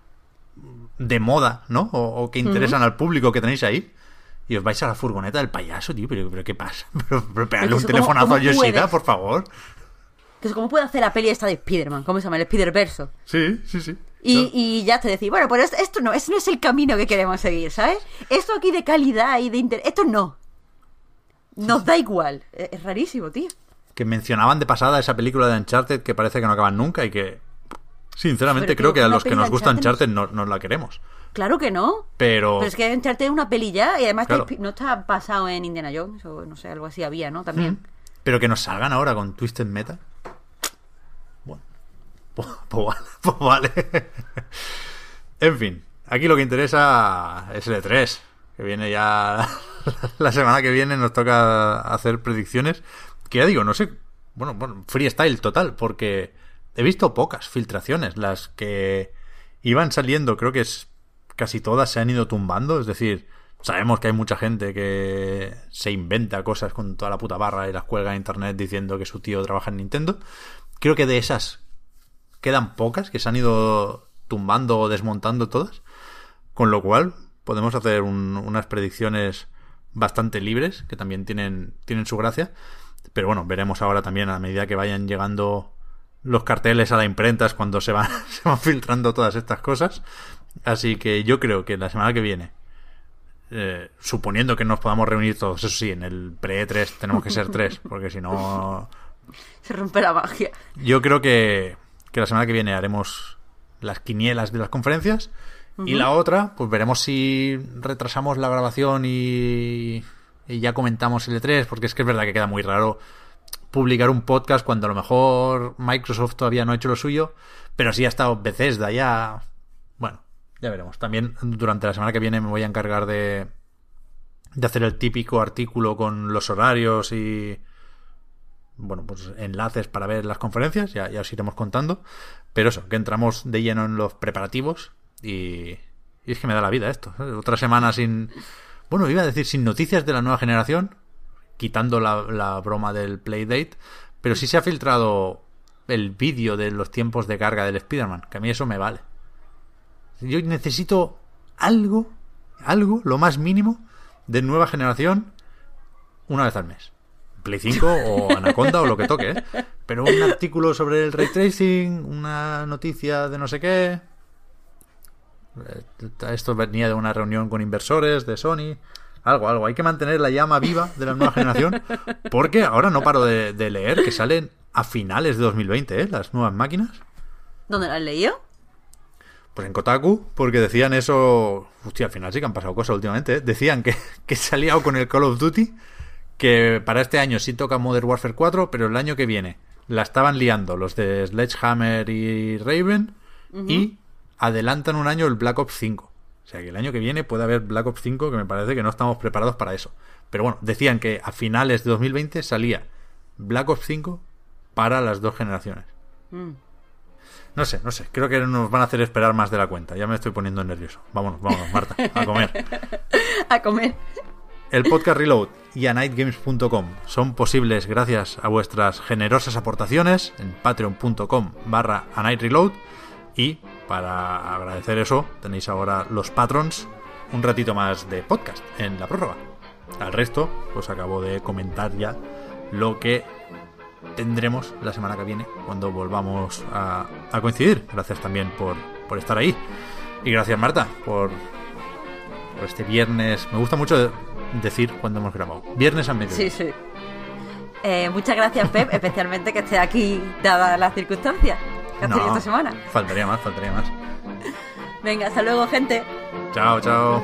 de moda, ¿no? O, o que interesan al público que tenéis ahí. Y os vais a la furgoneta del payaso, tío. ¿Pero, pero qué pasa? Pero, pero pegadle Pero un eso, telefonazo ¿cómo- a cómo Yoshida, puedes? por favor. Que es como puede hacer la peli esta de Spider-Man, ¿cómo se llama? El Spider-Verso. Sí, sí, sí. Y, y ya te decís, bueno, pero esto, esto no, ese no es el camino que queremos seguir, ¿sabes? Esto aquí de calidad y de interés, esto no. Nos da igual. Es, es rarísimo, tío. Que mencionaban de pasada esa película de Uncharted que parece que no acaban nunca y que, sinceramente, Pero, creo tío, que a una los que peli de nos gusta Uncharted Uncharted no, no la queremos. Claro que no. Pero, Pero es que Uncharted es una peli ya y además Claro. está- no está basado en Indiana Jones o no sé, algo así había, ¿no? También. pero que nos salgan ahora con Twisted Metal. Bueno, pues, pues vale, pues vale. En fin, aquí lo que interesa es el E tres, que viene ya la semana que viene, nos toca hacer predicciones. Que ya digo, no sé, bueno, bueno, freestyle total, porque he visto pocas filtraciones. Las que iban saliendo, creo que es casi todas se han ido tumbando. Es decir, sabemos que hay mucha gente que se inventa cosas con toda la puta barra y las cuelga en internet diciendo que su tío trabaja en Nintendo. Creo que de esas quedan pocas que se han ido tumbando o desmontando todas, con lo cual podemos hacer un- unas predicciones bastante libres que también tienen, tienen su gracia. Pero bueno, veremos ahora también a medida que vayan llegando los carteles a la imprenta es cuando se van, se van filtrando todas estas cosas. Así que yo creo que la semana que viene eh, suponiendo que nos podamos reunir todos, eso sí, en el pre-E tres tenemos que ser tres, porque si no... Se rompe la magia. Yo creo que, que la semana que viene haremos las quinielas de las conferencias. Uh-huh. Y la otra, pues veremos si retrasamos la grabación y, y ya comentamos el E tres, porque es que es verdad que queda muy raro publicar un podcast cuando a lo mejor Microsoft todavía no ha hecho lo suyo, pero sí ha estado Bethesda ya. Bueno, ya veremos. También durante la semana que viene me voy a encargar de, de hacer el típico artículo con los horarios y... bueno, pues enlaces para ver las conferencias, ya, ya os iremos contando. Pero eso, que entramos de lleno en los preparativos y, y es que me da la vida esto, ¿eh? Otra semana sin... Bueno, iba a decir sin noticias de la nueva generación, quitando la, la broma del Playdate, pero sí se ha filtrado el vídeo de los tiempos de carga del Spider-Man, que a mí eso me vale. Yo necesito algo, algo, lo más mínimo, de nueva generación una vez al mes. Play cinco o Anaconda o lo que toque, ¿eh? Pero un artículo sobre el ray tracing, una noticia de no sé qué. Esto venía de una reunión con inversores de Sony. Algo, algo. Hay que mantener la llama viva de la nueva generación, porque ahora no paro de, de leer que salen a finales de dos mil veinte, ¿eh? Las nuevas máquinas. ¿Dónde las has leído? Pues en Kotaku, porque decían eso... Hostia, al final sí que han pasado cosas últimamente, ¿eh? Decían que, que se ha liado con el Call of Duty, que para este año sí toca Modern Warfare cuatro, pero el año que viene la estaban liando los de Sledgehammer y Raven, uh-huh. y adelantan un año el Black Ops cinco. O sea que el año que viene puede haber Black Ops cinco, que me parece que no estamos preparados para eso. Pero bueno, decían que a finales de dos mil veinte salía Black Ops cinco para las dos generaciones. Mm. No sé, no sé. Creo que nos van a hacer esperar más de la cuenta. Ya me estoy poniendo nervioso. Vámonos, vámonos, Marta, a comer. A comer. El podcast Reload y a night games punto com son posibles gracias a vuestras generosas aportaciones en patreon punto com barra a night reload. Y para agradecer eso, tenéis ahora los patrons un ratito más de podcast en la prórroga. Al resto, pues acabo de comentar ya lo que tendremos la semana que viene cuando volvamos a, a coincidir. Gracias también por, por estar ahí. Y gracias, Marta, por, por este viernes. Me gusta mucho decir cuando hemos grabado. Viernes a mediodía. Sí, sí. Eh, muchas gracias, Pep, especialmente que esté aquí dadas las circunstancias que has tenido esta semana. Faltaría más, faltaría más. Venga, hasta luego, gente. Chao, chao.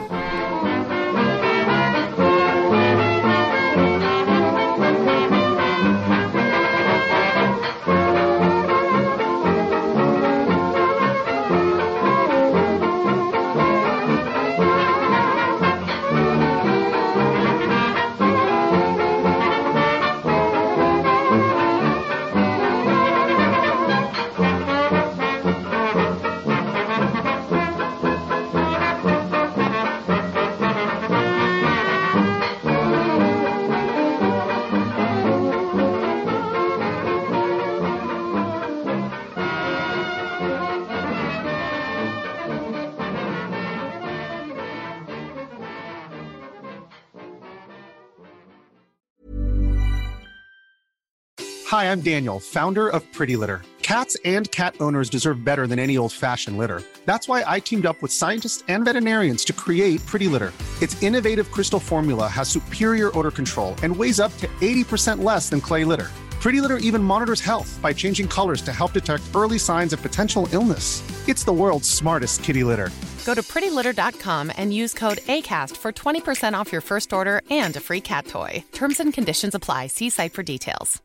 Hi, I'm Daniel, founder of Pretty Litter. Cats and cat owners deserve better than any old-fashioned litter. That's why I teamed up with scientists and veterinarians to create Pretty Litter. Its innovative crystal formula has superior odor control and weighs up to eighty percent less than clay litter. Pretty Litter even monitors health by changing colors to help detect early signs of potential illness. It's the world's smartest kitty litter. Go to pretty litter dot com and use code ACAST for twenty percent off your first order and a free cat toy. Terms and conditions apply. See site for details.